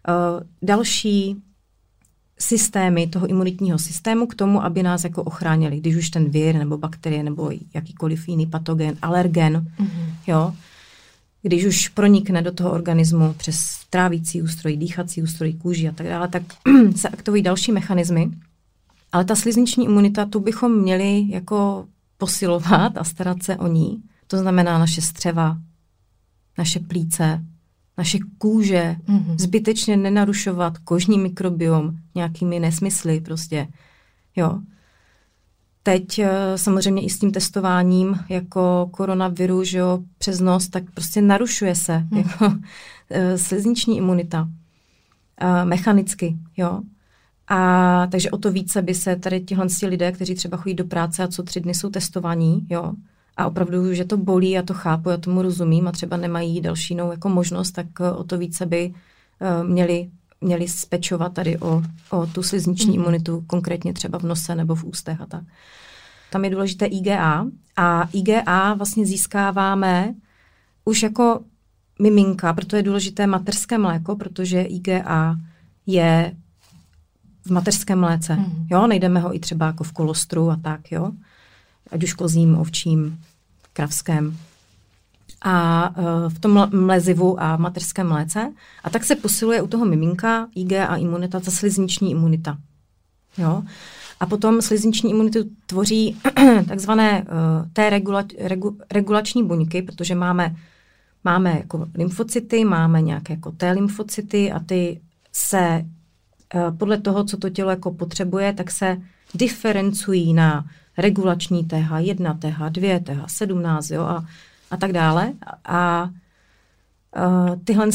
další systémy toho imunitního systému k tomu, aby nás jako ochránili, když už ten vir nebo bakterie nebo jakýkoliv jiný patogen, alergen, jo, když už pronikne do toho organismu přes trávící ústroj, dýchací ústroj, kůži a tak dále, tak se aktivují další mechanismy. Ale ta slizniční imunita, tu bychom měli jako posilovat a starat se o ní. To znamená naše střeva, naše plíce, naše kůže, zbytečně nenarušovat kožní mikrobiom nějakými nesmysly prostě, jo. Teď samozřejmě i s tím testováním jako koronaviru, že jo, přes nos, tak prostě narušuje se jako slizniční imunita mechanicky, jo. A takže o to více by se tady tihle lidé, kteří třeba chodí do práce a co 3 dny jsou testovaní, jo, a opravdu, že to bolí, já to chápu, já tomu rozumím a třeba nemají další jinou jako možnost, tak o to více by měli spečovat tady o tu slizniční imunitu, konkrétně třeba v nose nebo v ústech a tak. Tam je důležité IgA a IgA vlastně získáváme už jako miminka, proto je důležité mateřské mléko, protože IgA je v mateřském mléce. Jo, najdeme ho i třeba jako v kolostru a tak, jo. Ať už kozím, ovčím, kravském. A v tom mlezivu a mateřském mléce. A tak se posiluje u toho miminka IgA imunita, ta slizniční imunita. Jo. A potom slizniční imunitu tvoří takzvané regulační buňky, protože máme jako lymfocyty, máme nějaké jako T lymfocyty a ty se podle toho, co to tělo jako potřebuje, tak se diferencují na regulační TH1, TH2, TH17, jo, a tak dále. A tyhle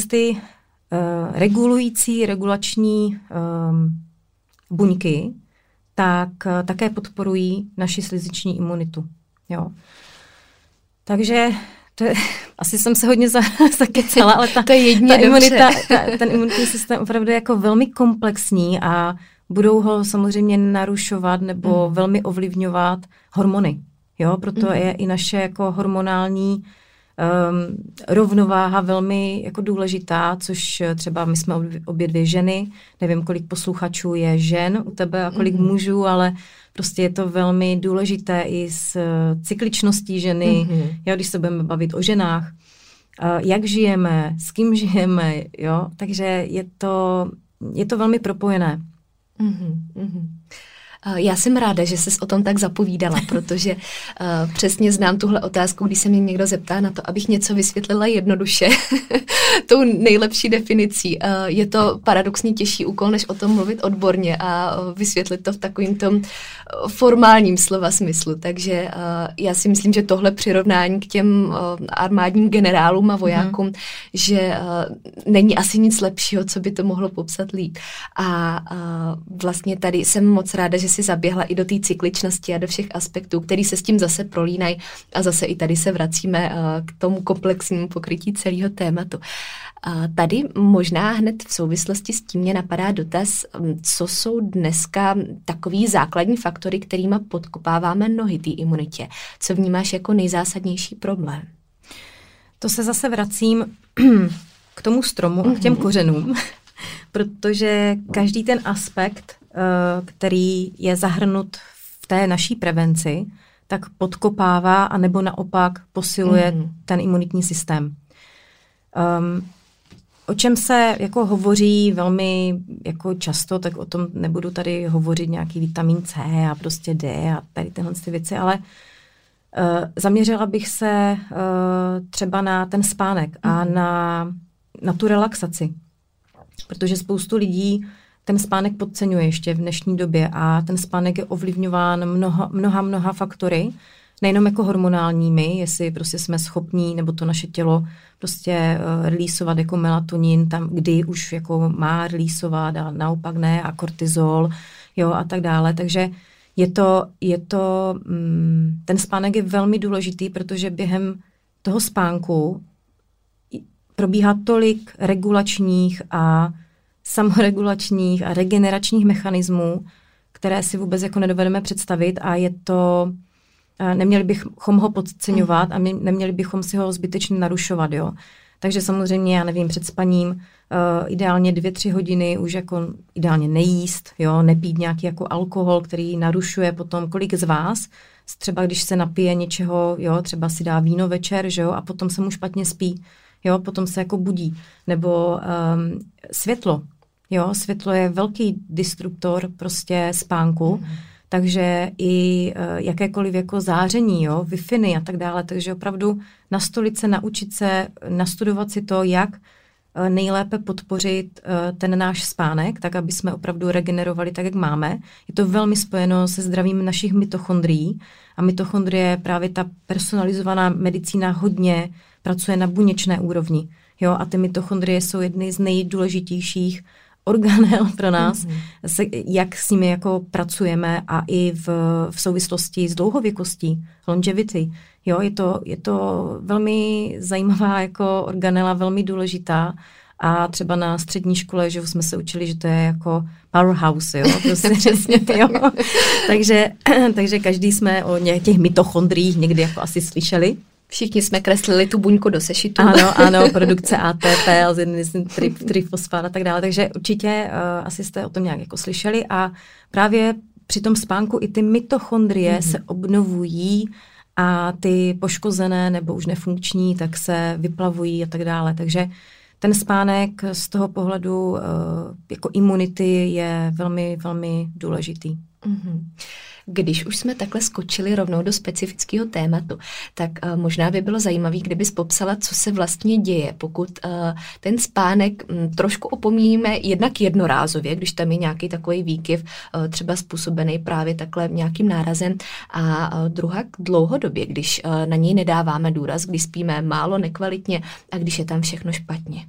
regulační buňky tak také podporují naši slizniční imunitu. Jo. Takže asi jsem se hodně zakecala, ale ten imunitní systém opravdu je jako velmi komplexní a budou ho samozřejmě narušovat nebo velmi ovlivňovat hormony. Jo, proto je i naše jako hormonální rovnováha velmi jako důležitá, což třeba my jsme obě 2 ženy, nevím, kolik posluchačů je žen u tebe a kolik mužů, ale prostě je to velmi důležité i s cykličností ženy, jo, když se budeme bavit o ženách, jak žijeme, s kým žijeme, jo, takže je to velmi propojené. Já jsem ráda, že jsi o tom tak zapovídala, protože přesně znám tuhle otázku, když se mě někdo zeptá na to, abych něco vysvětlila jednoduše, tou nejlepší definicí. Je to paradoxně těžší úkol, než o tom mluvit odborně a vysvětlit to v takovým tom formálním slova smyslu. Takže já si myslím, že tohle přirovnání k těm armádním generálům a vojákům, že není asi nic lepšího, co by to mohlo popsat líp. A vlastně tady jsem moc ráda, že si zaběhla i do té cykličnosti a do všech aspektů, který se s tím zase prolínají a zase i tady se vracíme k tomu komplexnímu pokrytí celého tématu. Tady možná hned v souvislosti s tím mě napadá dotaz, co jsou dneska takový základní faktory, kterýma podkopáváme nohy té imunitě. Co vnímáš jako nejzásadnější problém? To se zase vracím k tomu stromu a k těm kořenům, protože každý ten aspekt který je zahrnut v té naší prevenci, tak podkopává anebo naopak posiluje ten imunitní systém. O čem se jako hovoří velmi jako často, tak o tom nebudu tady hovořit nějaký vitamin C a prostě D a tady tyhle věci, ale zaměřila bych se třeba na ten spánek a na tu relaxaci. Protože spoustu lidí ten spánek podceňuje ještě v dnešní době a ten spánek je ovlivňován mnoha faktory, nejenom jako hormonálními, jestli prostě jsme schopní, nebo to naše tělo prostě releaseovat jako melatonin, tam, kdy už jako má releaseovat a naopak ne, a kortizol, jo, a tak dále. Takže ten spánek je velmi důležitý, protože během toho spánku probíhá tolik regulačních a samoregulačních a regeneračních mechanismů, které si vůbec jako nedovedeme představit a je to, neměli bychom ho podceňovat a neměli bychom si ho zbytečně narušovat, jo. Takže samozřejmě, já nevím, před spaním ideálně 2-3 hodiny už jako ideálně nejíst, jo, nepít nějaký jako alkohol, který narušuje potom, kolik z vás, třeba když se napije něčeho, jo, třeba si dá víno večer, že jo, a potom se mu špatně spí, jo, potom se jako budí, nebo světlo, jo, světlo je velký disruptor prostě spánku, takže i jakékoliv jako záření, jo, Wi-Fi a tak dále, takže opravdu nastolit se, naučit se, nastudovat si to, jak nejlépe podpořit ten náš spánek, tak aby jsme opravdu regenerovali tak, jak máme. Je to velmi spojeno se zdravím našich mitochondrií a mitochondrie, právě ta personalizovaná medicína hodně pracuje na buněčné úrovni. Jo, a ty mitochondrie jsou jedny z nejdůležitějších organel pro nás, jak s nimi jako pracujeme a i v souvislosti s dlouhověkostí, longevity. Jo, je to velmi zajímavá jako organela, velmi důležitá a třeba na střední škole, že jsme se učili, že to je jako powerhouse, jo, prostě přesně, jo. Takže každý jsme o těch mitochondriích někdy jako asi slyšeli. Všichni jsme kreslili tu buňku do sešitu. Ano, produkce ATP, trifosfát a tak dále, takže určitě asi jste o tom nějak jako slyšeli a právě při tom spánku i ty mitochondrie se obnovují a ty poškozené nebo už nefunkční, tak se vyplavují a tak dále, takže ten spánek z toho pohledu jako imunity je velmi, velmi důležitý. Když už jsme takhle skočili rovnou do specifického tématu, tak možná by bylo zajímavé, kdybys popsala, co se vlastně děje, pokud ten spánek trošku opomíjíme jednak jednorázově, když tam je nějaký takový výkyv, třeba způsobený právě takhle nějakým nárazem, a druhá dlouhodobě, když na něj nedáváme důraz, když spíme málo, nekvalitně a když je tam všechno špatně.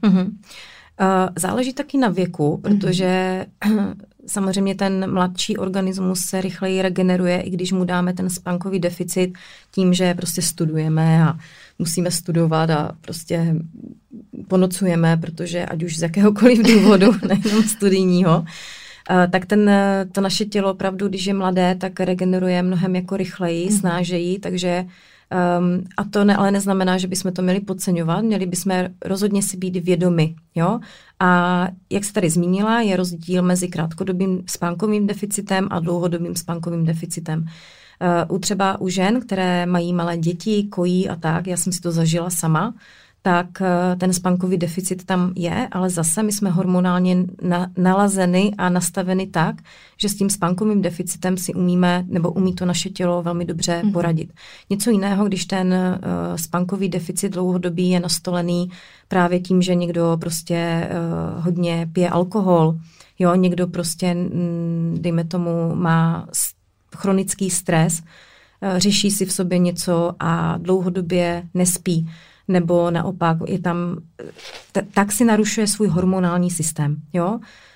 Záleží taky na věku, protože samozřejmě ten mladší organismus se rychleji regeneruje, i když mu dáme ten spánkový deficit tím, že prostě studujeme a musíme studovat a prostě ponocujeme, protože ať už z jakéhokoliv důvodu, nejenom studijního, tak to naše tělo opravdu, když je mladé, tak regeneruje mnohem jako rychleji, snážeji, takže a to ale neznamená, že bychom to měli podceňovat, měli bychom rozhodně si být vědomi. Jo? A jak se tady zmínila, je rozdíl mezi krátkodobým spánkovým deficitem a dlouhodobým spánkovým deficitem. Třeba u žen, které mají malé děti, kojí a tak, já jsem si to zažila sama, tak ten spánkový deficit tam je, ale zase my jsme hormonálně nalazeny a nastaveny tak, že s tím spánkovým deficitem si umí to naše tělo velmi dobře poradit. Něco jiného, když ten spánkový deficit dlouhodobý je nastolený právě tím, že někdo prostě hodně pije alkohol, jo, někdo prostě, dejme tomu, má chronický stres, řeší si v sobě něco a dlouhodobě nespí, nebo naopak je tam, tak si narušuje svůj hormonální systém. Jo?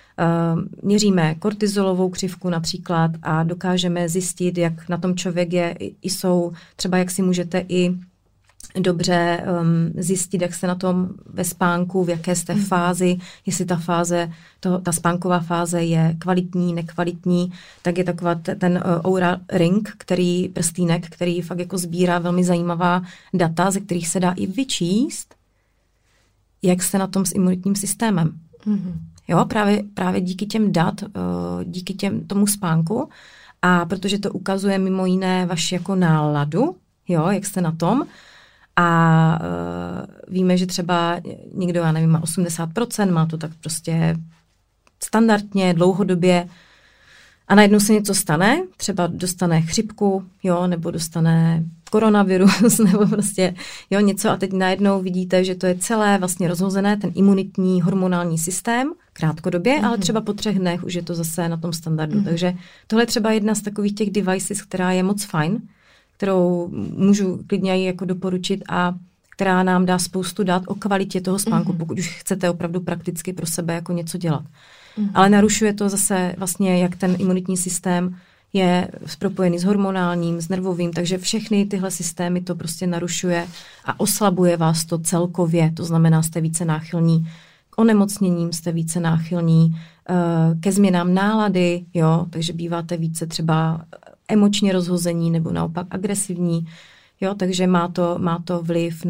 Měříme kortizolovou křivku například a dokážeme zjistit, jak na tom člověk je, jsou třeba jak si můžete i dobře zjistit, jak jste na tom ve spánku, v jaké jste fázi, jestli ta spánková fáze je kvalitní, nekvalitní, tak je taková ten Oura Ring, prstýnek, který fakt jako sbírá velmi zajímavá data, ze kterých se dá i vyčíst, jak jste na tom s imunitním systémem. Jo, právě díky těm díky tomu spánku, a protože to ukazuje mimo jiné vaši jako náladu, jo, jak jste na tom. A víme, že třeba někdo, já nevím, má 80%, má to tak prostě standardně, dlouhodobě, a najednou se něco stane, třeba dostane chřipku, jo, nebo dostane koronavirus, nebo prostě jo, něco, a teď najednou vidíte, že to je celé vlastně rozhozené, ten imunitní hormonální systém, krátkodobě, ale třeba po 3 dnech už je to zase na tom standardu. Takže tohle je třeba jedna z takových těch devices, která je moc fajn, kterou můžu klidně jako doporučit a která nám dá spoustu dat o kvalitě toho spánku, pokud už chcete opravdu prakticky pro sebe jako něco dělat. Ale narušuje to zase vlastně, jak ten imunitní systém je propojený s hormonálním, s nervovým, takže všechny tyhle systémy to prostě narušuje a oslabuje vás to celkově, to znamená, jste více náchylní k onemocněním, jste více náchylní ke změnám nálady, jo, takže býváte více třeba emočně rozhození nebo naopak agresivní, jo, takže má to vliv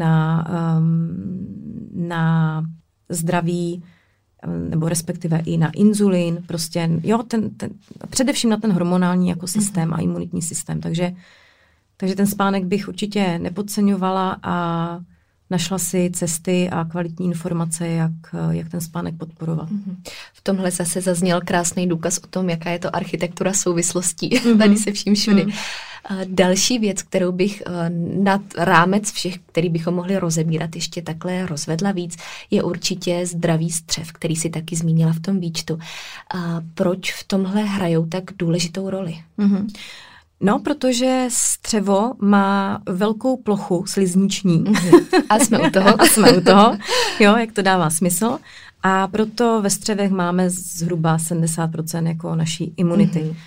na zdraví, nebo respektive i na inzulin, prostě, jo, především na ten hormonální jako systém a imunitní systém, takže ten spánek bych určitě nepodceňovala a našla si cesty a kvalitní informace, jak ten spánek podporovat. V tomhle zase zazněl krásný důkaz o tom, jaká je to architektura souvislostí tady se vším všudy. Další věc, kterou bych nad rámec všech, který bychom mohli rozebírat, ještě takhle rozvedla víc, je určitě zdravý střev, který si taky zmínila v tom výčtu. Proč v tomhle hrajou tak důležitou roli? No, protože střevo má velkou plochu slizniční. A jsme u toho. Jo, jak to dává smysl. A proto ve střevech máme zhruba 70% jako naší imunity.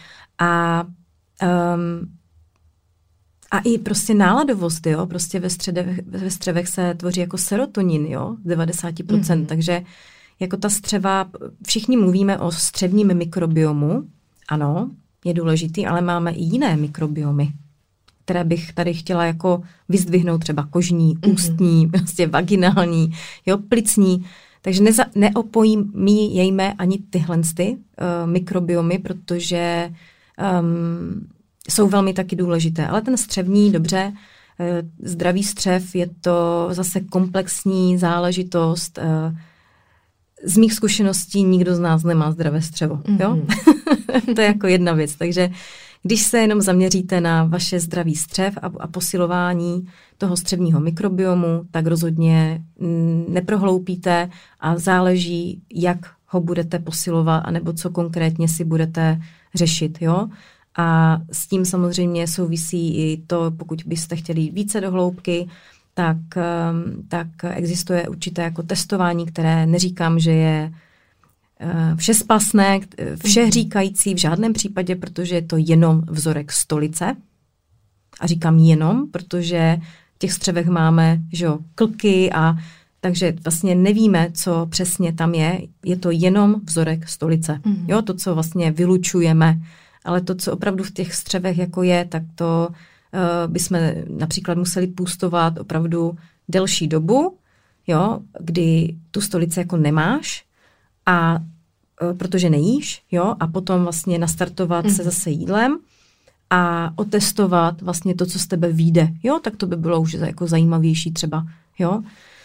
A i prostě náladovost, jo, prostě ve střevech se tvoří jako serotonin, jo, 90%, takže jako ta střeva, všichni mluvíme o střevním mikrobiomu, ano, je důležitý, ale máme i jiné mikrobiomy, které bych tady chtěla jako vyzdvihnout, třeba kožní, ústní, prostě vaginální, jo, plicní, takže neopomíjejme ani tyhle mikrobiomy, protože jsou velmi taky důležité. Ale ten střevní, dobře, zdravý střev, je to zase komplexní záležitost. Z mých zkušeností nikdo z nás nemá zdravé střevo. Jo? To je jako jedna věc. Takže když se jenom zaměříte na vaše zdravý střev a posilování toho střevního mikrobiomu, tak rozhodně neprohloupíte a záleží, jak ho budete posilovat, anebo co konkrétně si budete řešit. Jo? A s tím samozřejmě souvisí i to, pokud byste chtěli více do hloubky, tak existuje určité jako testování, které neříkám, že je všespasné, všeříkající v žádném případě, protože je to jenom vzorek stolice. A říkám jenom, protože v těch střevech máme, že jo, klky, a takže vlastně nevíme, co přesně tam je. Je to jenom vzorek stolice. Jo, to, co vlastně vylučujeme. Ale to, co opravdu v těch střevech jako je, tak to bychom například museli půstovat opravdu delší dobu, jo, kdy tu stolici jako nemáš, a protože nejíš, jo, a potom vlastně nastartovat se zase jídlem a otestovat vlastně to, co z tebe vyjde, jo, tak to by bylo už jako zajímavější třeba, jo.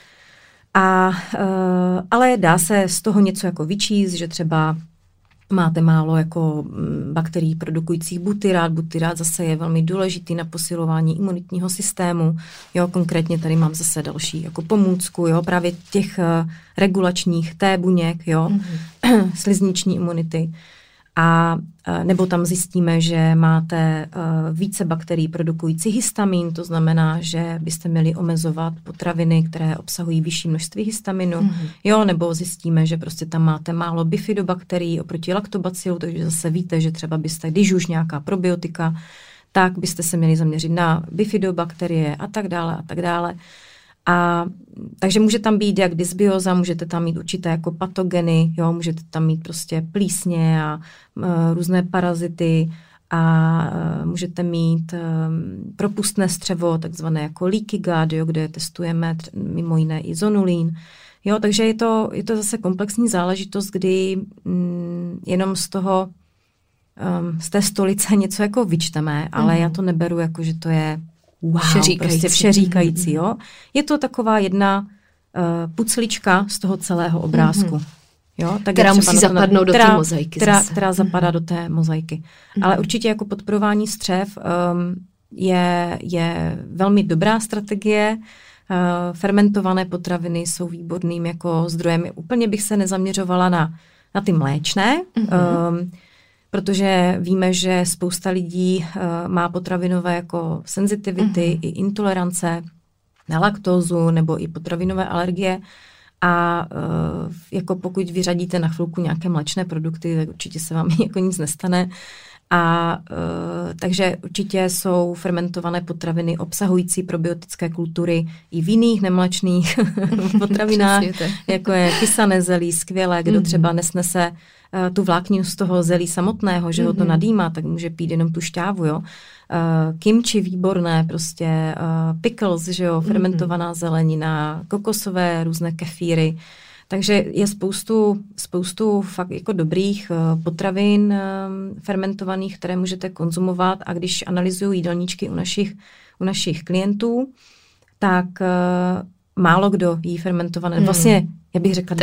Ale dá se z toho něco jako vyčíst, že třeba máte málo jako bakterií produkujících butyrát. Butyrát zase je velmi důležitý na posilování imunitního systému. Jo, konkrétně tady mám zase další jako pomůcku, jo, právě těch regulačních T buněk, jo, slizniční imunity. A nebo tam zjistíme, že máte více bakterií produkující histamin, to znamená, že byste měli omezovat potraviny, které obsahují vyšší množství histaminu, jo, nebo zjistíme, že prostě tam máte málo bifidobakterií oproti laktobacilu, takže zase víte, že třeba byste, když už nějaká probiotika, tak byste se měli zaměřit na bifidobakterie a tak dále a tak dále. A takže může tam být jak dysbioza, můžete tam mít určité jako patogeny, jo, můžete tam mít prostě plísně a různé parazity a můžete mít propustné střevo, takzvané jako leaky gut, jo, kde testujeme mimo jiné i zonulín, Jo, takže je to zase komplexní záležitost, kdy jenom z té stolice něco jako vyčteme, ale já to neberu jako, že to je prostě všeříkající. Jo. Je to taková jedna puclička z toho celého obrázku. Jo, tak která musí zapadnout do té mozaiky. Která zapadá do té mozaiky. Ale určitě jako podporování střev je velmi dobrá strategie. Fermentované potraviny jsou výborným jako zdrojem. Úplně bych se nezaměřovala na ty mléčné, protože víme, že spousta lidí má potravinové jako senzitivity i intolerance na laktózu nebo i potravinové alergie. A jako pokud vyřadíte na chvilku nějaké mléčné produkty, tak určitě se vám jako nic nestane. A takže určitě jsou fermentované potraviny obsahující probiotické kultury i v jiných nemléčných potravinách, jako je kysané zelí, skvělé, kdo třeba nesnese tu vlákninu z toho zelí samotného, že ho to nadýmá, tak může pít jenom tu šťávu, jo. Kimchi výborné, prostě pickles, že jo, fermentovaná zelenina, kokosové různé kefíry. Takže je spoustu fakt jako dobrých potravin fermentovaných, které můžete konzumovat, a když analyzuju jídelníčky u našich klientů, tak málo kdo jí fermentované. Vlastně, já bych řekla,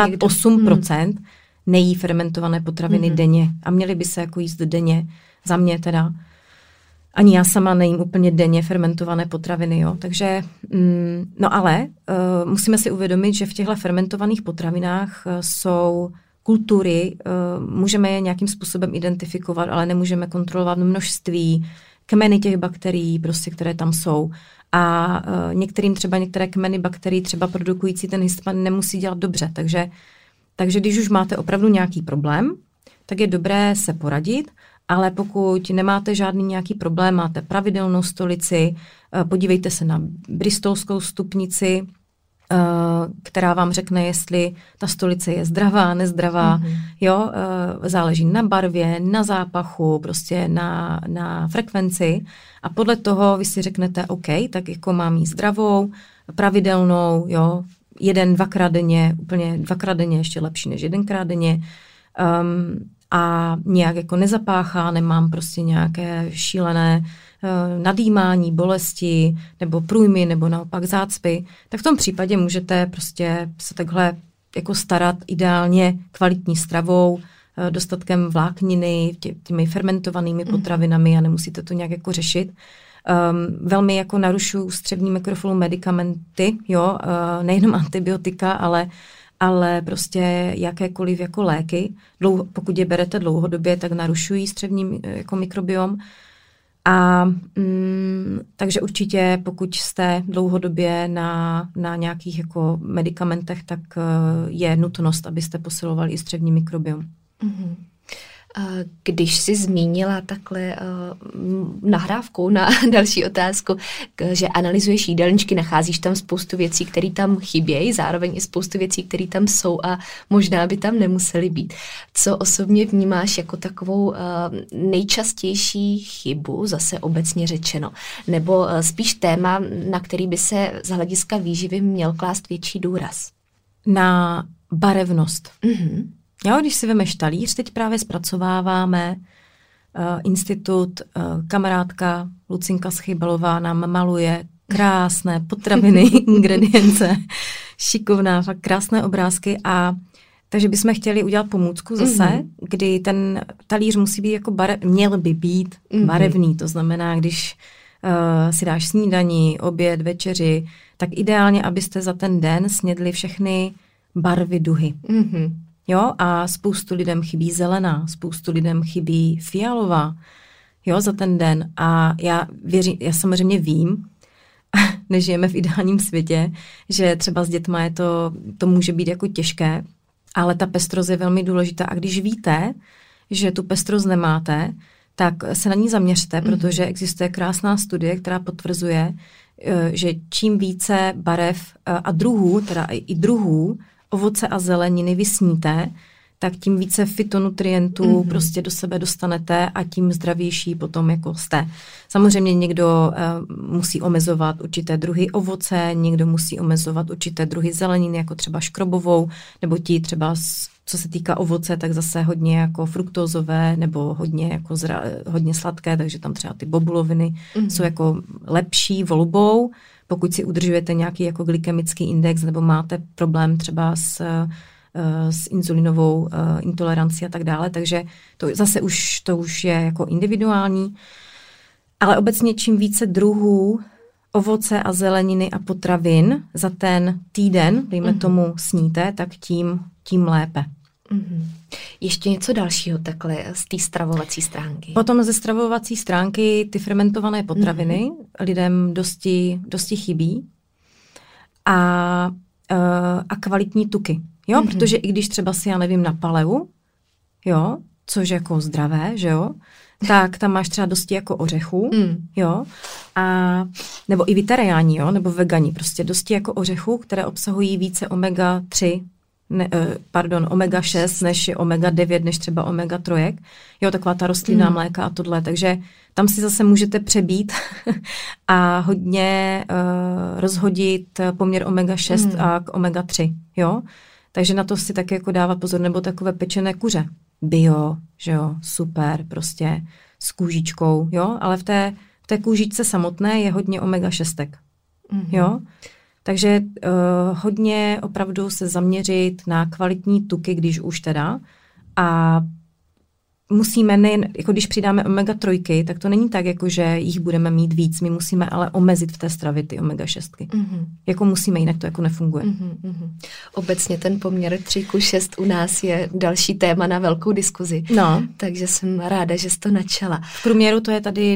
98% nejí fermentované potraviny denně a měly by se jako jíst denně, za mě teda. Ani já sama nejím úplně denně fermentované potraviny, jo. Takže, no ale musíme si uvědomit, že v těchto fermentovaných potravinách jsou kultury, můžeme je nějakým způsobem identifikovat, ale nemůžeme kontrolovat množství, kmeny těch bakterií, prostě, které tam jsou. A některé kmeny bakterií, třeba produkující ten histamin, nemusí dělat dobře. Takže když už máte opravdu nějaký problém, tak je dobré se poradit. Ale pokud nemáte žádný nějaký problém, máte pravidelnou stolici, podívejte se na bristolskou stupnici, která vám řekne, jestli ta stolice je zdravá, nezdravá. Jo, záleží na barvě, na zápachu, prostě na frekvenci. A podle toho vy si řeknete, OK, tak jako mám jí zdravou, pravidelnou, jo, 1-2krát denně, úplně 2krát denně, ještě lepší než 1krát denně. A nějak jako nezapáchá, nemám prostě nějaké šílené nadýmání, bolesti nebo průjmy nebo naopak zácpy, tak v tom případě můžete prostě se takhle jako starat ideálně kvalitní stravou, dostatkem vlákniny, těmi fermentovanými potravinami a nemusíte to nějak jako řešit. Velmi jako narušují střevní mikrofloru medikamenty, jo, nejenom antibiotika, ale prostě jakékoliv jako léky. Pokud je berete dlouhodobě, tak narušují střevní jako mikrobiom. A takže určitě, pokud jste dlouhodobě na nějakých jako medicamentech, tak je nutnost, abyste posilovali i střevní mikrobiom. Když jsi zmínila takhle nahrávkou na další otázku, že analyzuješ jídelníčky, nacházíš tam spoustu věcí, které tam chybějí, zároveň i spoustu věcí, které tam jsou a možná by tam nemusely být. Co osobně vnímáš jako takovou nejčastější chybu, zase obecně řečeno, nebo spíš téma, na který by se z hlediska výživy měl klást větší důraz? Na barevnost. Jo, když si vemeš talíř, teď právě zpracováváme institut, kamarádka Lucinka Schybalová nám maluje krásné potraviny, ingredience, šikovná, fakt krásné obrázky a takže bychom chtěli udělat pomůcku zase, kdy ten talíř musí být jako měl by být barevný, to znamená, když si dáš snídani, oběd, večeři, tak ideálně, abyste za ten den snědli všechny barvy duhy. Jo, a spoustu lidem chybí zelená, spoustu lidem chybí fialová, jo, za ten den. A já samozřejmě vím, nežijeme v ideálním světě, že třeba s dětma to může být jako těžké, ale ta pestrost je velmi důležitá. A když víte, že tu pestrost nemáte, tak se na ní zaměřte, protože existuje krásná studie, která potvrzuje, že čím více barev a druhů, teda i druhů, ovoce a zeleniny vysníte, tak tím více fytonutrientů prostě do sebe dostanete a tím zdravější potom jako jste. Samozřejmě někdo musí omezovat určité druhy ovoce, někdo musí omezovat určité druhy zeleniny, jako třeba škrobovou, nebo ti třeba, co se týká ovoce, tak zase hodně jako fruktózové, nebo hodně jako hodně sladké, takže tam třeba ty bobuloviny jsou jako lepší volbou, pokud si udržujete nějaký jako glykemický index, nebo máte problém třeba s inzulinovou intolerancí a tak dále, takže to už je jako individuální. Ale obecně čím více druhů ovoce a zeleniny a potravin za ten týden, dejme tomu, sníte, tak tím lépe. Ještě něco dalšího takhle z té stravovací stránky? Potom ze stravovací stránky ty fermentované potraviny lidem dosti chybí a kvalitní tuky. Jo, protože i když třeba si, já nevím, na paleu, jo, což je jako zdravé, že jo, tak tam máš třeba dosti jako ořechů, jo, a nebo i vegetariáni, jo, nebo vegani, prostě dosti jako ořechů, které obsahují více omega-3, omega-6, než je omega-9, než třeba omega-3, jo, taková ta rostlinná mléka a tohle, takže tam si zase můžete přebít a hodně rozhodit poměr omega-6 a k omega-3, jo. Takže na to si taky jako dávat pozor, nebo takové pečené kuře. Bio, že jo, super, prostě s kůžičkou, jo, ale v té kůžičce samotné je hodně omega-6, jo. Takže hodně opravdu se zaměřit na kvalitní tuky, když už teda, a musíme nejen, jako když přidáme omega-3, tak to není tak, jako že jich budeme mít víc, my musíme ale omezit v té stravě ty omega-6. Jako musíme, jinak to jako nefunguje. Obecně ten poměr 3:6 u nás je další téma na velkou diskuzi. No. Takže jsem ráda, že jsi to načala. V průměru to je tady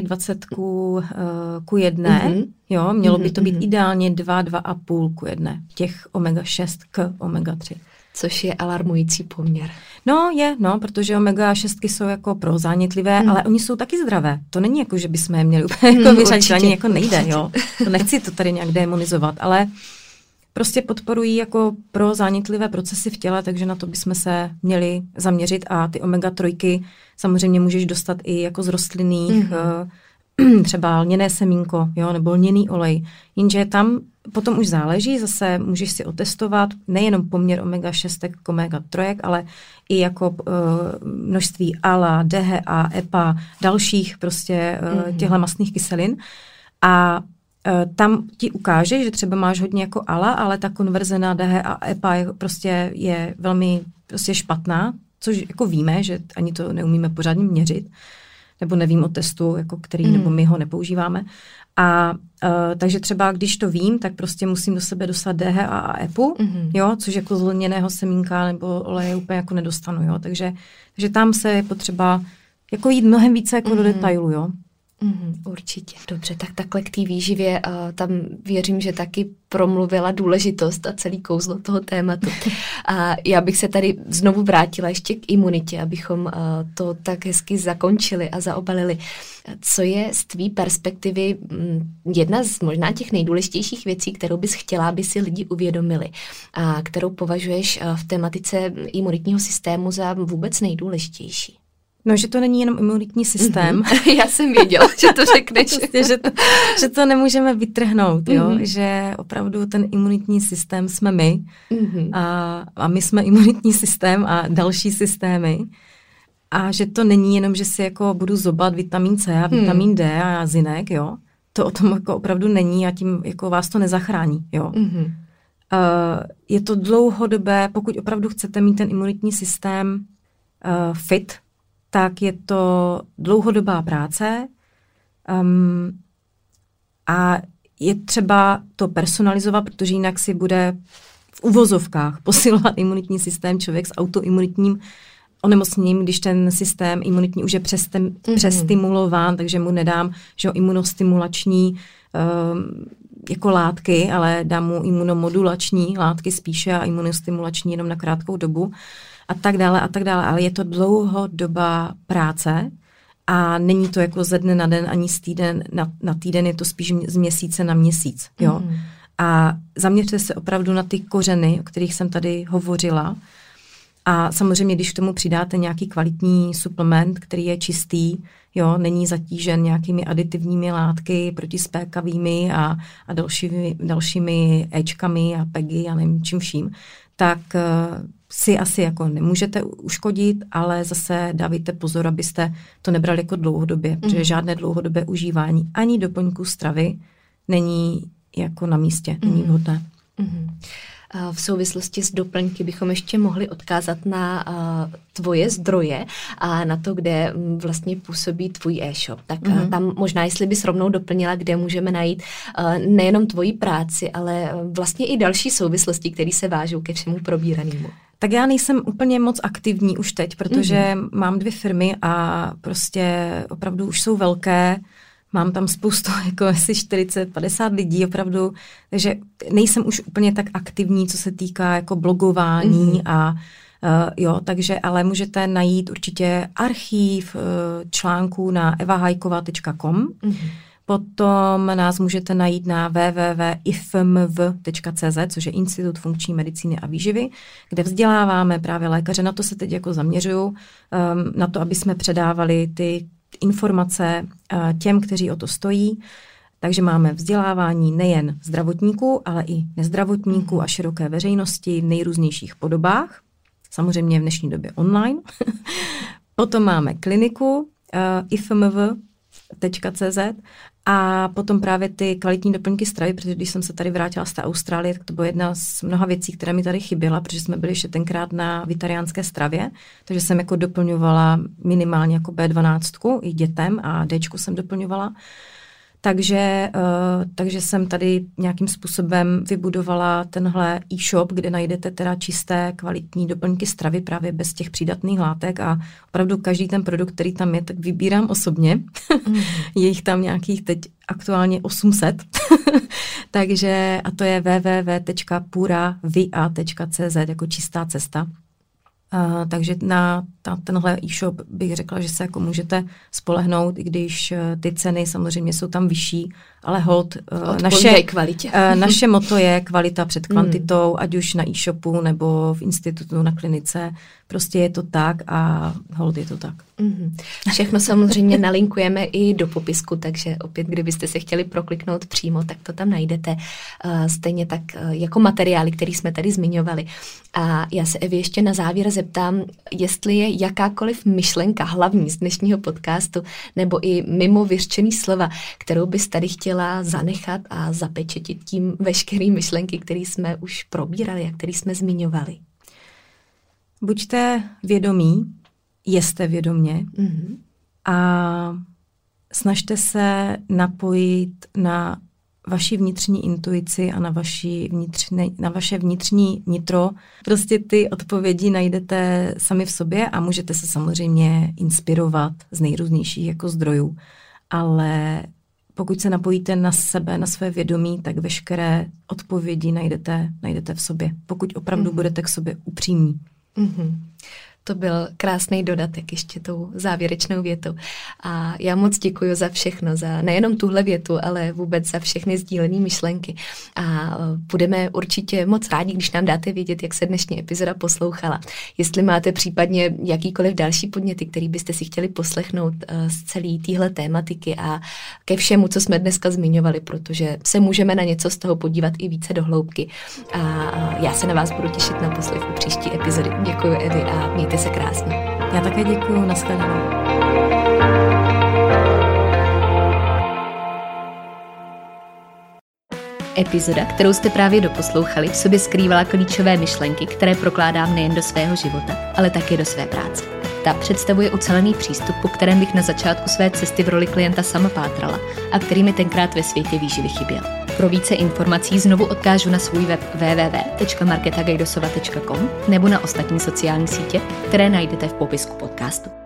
20:1, jo, mělo by to být ideálně 2,5:1, těch omega-6 k omega-3. Což je alarmující poměr. No, protože omega-6 jsou jako pro zánětlivé, ale oni jsou taky zdravé. To není jako, že bychom je měli úplně jako vyřadit, ani jako nejde, jo. To nechci to tady nějak demonizovat, ale prostě podporují jako pro zánětlivé procesy v těle, takže na to bychom se měli zaměřit a ty omega-3 samozřejmě můžeš dostat i jako z rostlinných, třeba lněné semínko, jo, nebo lněný olej. Jenže tam potom už záleží, zase můžeš si otestovat nejenom poměr omega-6 k omega-3, ale i jako množství ALA, DHA, EPA, dalších prostě těchto mastných kyselin. A tam ti ukáže, že třeba máš hodně jako ALA, ale ta konverze na DHA a EPA je velmi prostě špatná, což jako víme, že ani to neumíme pořádně měřit, nebo nevím o testu, jako který, nebo my ho nepoužíváme. A takže třeba, když to vím, tak prostě musím do sebe dostat DHA a EPU, jo, což jako z lněného semínka nebo oleje úplně jako nedostanu, jo. Takže tam se je potřeba jako jít mnohem více jako do detailu, jo. Určitě. Dobře, tak takhle k té výživě, tam věřím, že taky promluvila důležitost a celý kouzlo toho tématu. A já bych se tady znovu vrátila ještě k imunitě, abychom to tak hezky zakončili a zaobalili. Co je z tvý perspektivy jedna z možná těch nejdůležitějších věcí, kterou bys chtěla, aby si lidi uvědomili a kterou považuješ v tematice imunitního systému za vůbec nejdůležitější? No, že to není jenom imunitní systém. Já jsem věděla, že to řekneš. Prostě, že to nemůžeme vytrhnout, jo? Že opravdu ten imunitní systém jsme my a my jsme imunitní systém a další systémy. A že to není jenom, že si jako budu zobat vitamin C a vitamin D a zinek, jo? To o tom jako opravdu není a tím jako vás to nezachrání, jo? Je to dlouhodobé, pokud opravdu chcete mít ten imunitní systém fit, tak je to dlouhodobá práce a je třeba to personalizovat, protože jinak si bude v uvozovkách posilovat imunitní systém člověk s autoimunitním onemocněním, když ten systém imunitní už je přestimulován, takže mu nedám, že imunostimulační jako látky, ale dám mu imunomodulační látky spíše a imunostimulační jenom na krátkou dobu. A tak dále, ale je to dlouhodobá práce a není to jako ze dne na den ani z týden na týden, je to spíš z měsíce na měsíc, jo. A zaměřte se opravdu na ty kořeny, o kterých jsem tady hovořila A samozřejmě, když k tomu přidáte nějaký kvalitní suplement, který je čistý, jo, není zatížen nějakými aditivními látky, protispékavými a dalšími Ečkami a PEGy a nevím čím vším, tak si asi jako nemůžete uškodit, ale zase dávejte pozor, abyste to nebrali jako dlouhodobě, protože žádné dlouhodobé užívání ani doplňků stravy není jako na místě, není vhodné. V souvislosti s doplňky bychom ještě mohli odkázat na tvoje zdroje a na to, kde vlastně působí tvůj e-shop. Tak tam možná, jestli bys rovnou doplnila, kde můžeme najít nejenom tvoji práci, ale vlastně i další souvislosti, které se vážou ke všemu probíranému. Tak já nejsem úplně moc aktivní už teď, protože mám 2 firmy a prostě opravdu už jsou velké. Mám tam spoustu, jako asi 40-50 lidí opravdu, takže nejsem už úplně tak aktivní, co se týká jako blogování a jo, takže ale můžete najít určitě archív článků na evahajkova.com. Potom nás můžete najít na www.ifmv.cz, což je Institut funkční medicíny a výživy, kde vzděláváme právě lékaře. Na to se teď jako zaměřuju, na to, aby jsme předávali ty informace těm, kteří o to stojí. Takže máme vzdělávání nejen zdravotníků, ale i nezdravotníků a široké veřejnosti v nejrůznějších podobách. Samozřejmě v dnešní době online. Potom máme kliniku ifmv.cz a potom právě ty kvalitní doplňky stravy, protože když jsem se tady vrátila z té Austrálie, tak to byla jedna z mnoha věcí, která mi tady chyběla, protože jsme byli ještě tenkrát na vegetariánské stravě, takže jsem jako doplňovala minimálně jako B12 i dětem a Dčku jsem doplňovala. Takže jsem tady nějakým způsobem vybudovala tenhle e-shop, kde najdete teda čisté, kvalitní doplňky stravy právě bez těch přídatných látek a opravdu každý ten produkt, který tam je, tak vybírám osobně. Je jich tam nějakých teď aktuálně 800. Takže a to je www.puravia.cz jako čistá cesta. Takže na tenhle e-shop bych řekla, že se jako můžete spolehnout, i když ty ceny samozřejmě jsou tam vyšší, ale hold naše motto je kvalita před kvantitou, ať už na e-shopu nebo v institutu, na klinice. Prostě je to tak a hold je to tak. Všechno samozřejmě nalinkujeme i do popisku, takže opět, kdybyste se chtěli prokliknout přímo, tak to tam najdete. Stejně tak jako materiály, které jsme tady zmiňovali. A já se, Evi, ještě na závěr zeptám, jestli je jakákoliv myšlenka hlavní z dnešního podcastu nebo i mimo vyřčený slova, kterou bys tady chtěla zanechat a zapečetit tím veškerý myšlenky, které jsme už probírali a které jsme zmiňovali. Buďte vědomí, jeste vědomě a snažte se napojit na vaši vnitřní intuici a na vaše vnitřní nitro. Prostě ty odpovědi najdete sami v sobě a můžete se samozřejmě inspirovat z nejrůznějších jako zdrojů. Ale pokud se napojíte na sebe, na své vědomí, tak veškeré odpovědi najdete v sobě. Pokud opravdu budete k sobě upřímní. To byl krásný dodatek ještě tou závěrečnou větou. A já moc děkuji za všechno, za nejenom tuhle větu, ale vůbec za všechny sdílené myšlenky. A budeme určitě moc rádi, když nám dáte vědět, jak se dnešní epizoda poslouchala. Jestli máte případně jakýkoliv další podněty, který byste si chtěli poslechnout z celé téhle tématiky a ke všemu, co jsme dneska zmiňovali, protože se můžeme na něco z toho podívat i více do hloubky. A já se na vás budu těšit na poslech u příští epizody. Děkuji, Evi, a mějte se krásně. Já také děkuju, nashledanou. Epizoda, kterou jste právě doposlouchali, v sobě skrývala klíčové myšlenky, které prokládám nejen do svého života, ale také do své práce. Ta představuje ucelený přístup, po kterém bych na začátku své cesty v roli klienta sama pátrala a který mi tenkrát ve světě výživy chyběl. Pro více informací znovu odkážu na svůj web www.marketagajdosova.com nebo na ostatní sociální sítě, které najdete v popisku podcastu.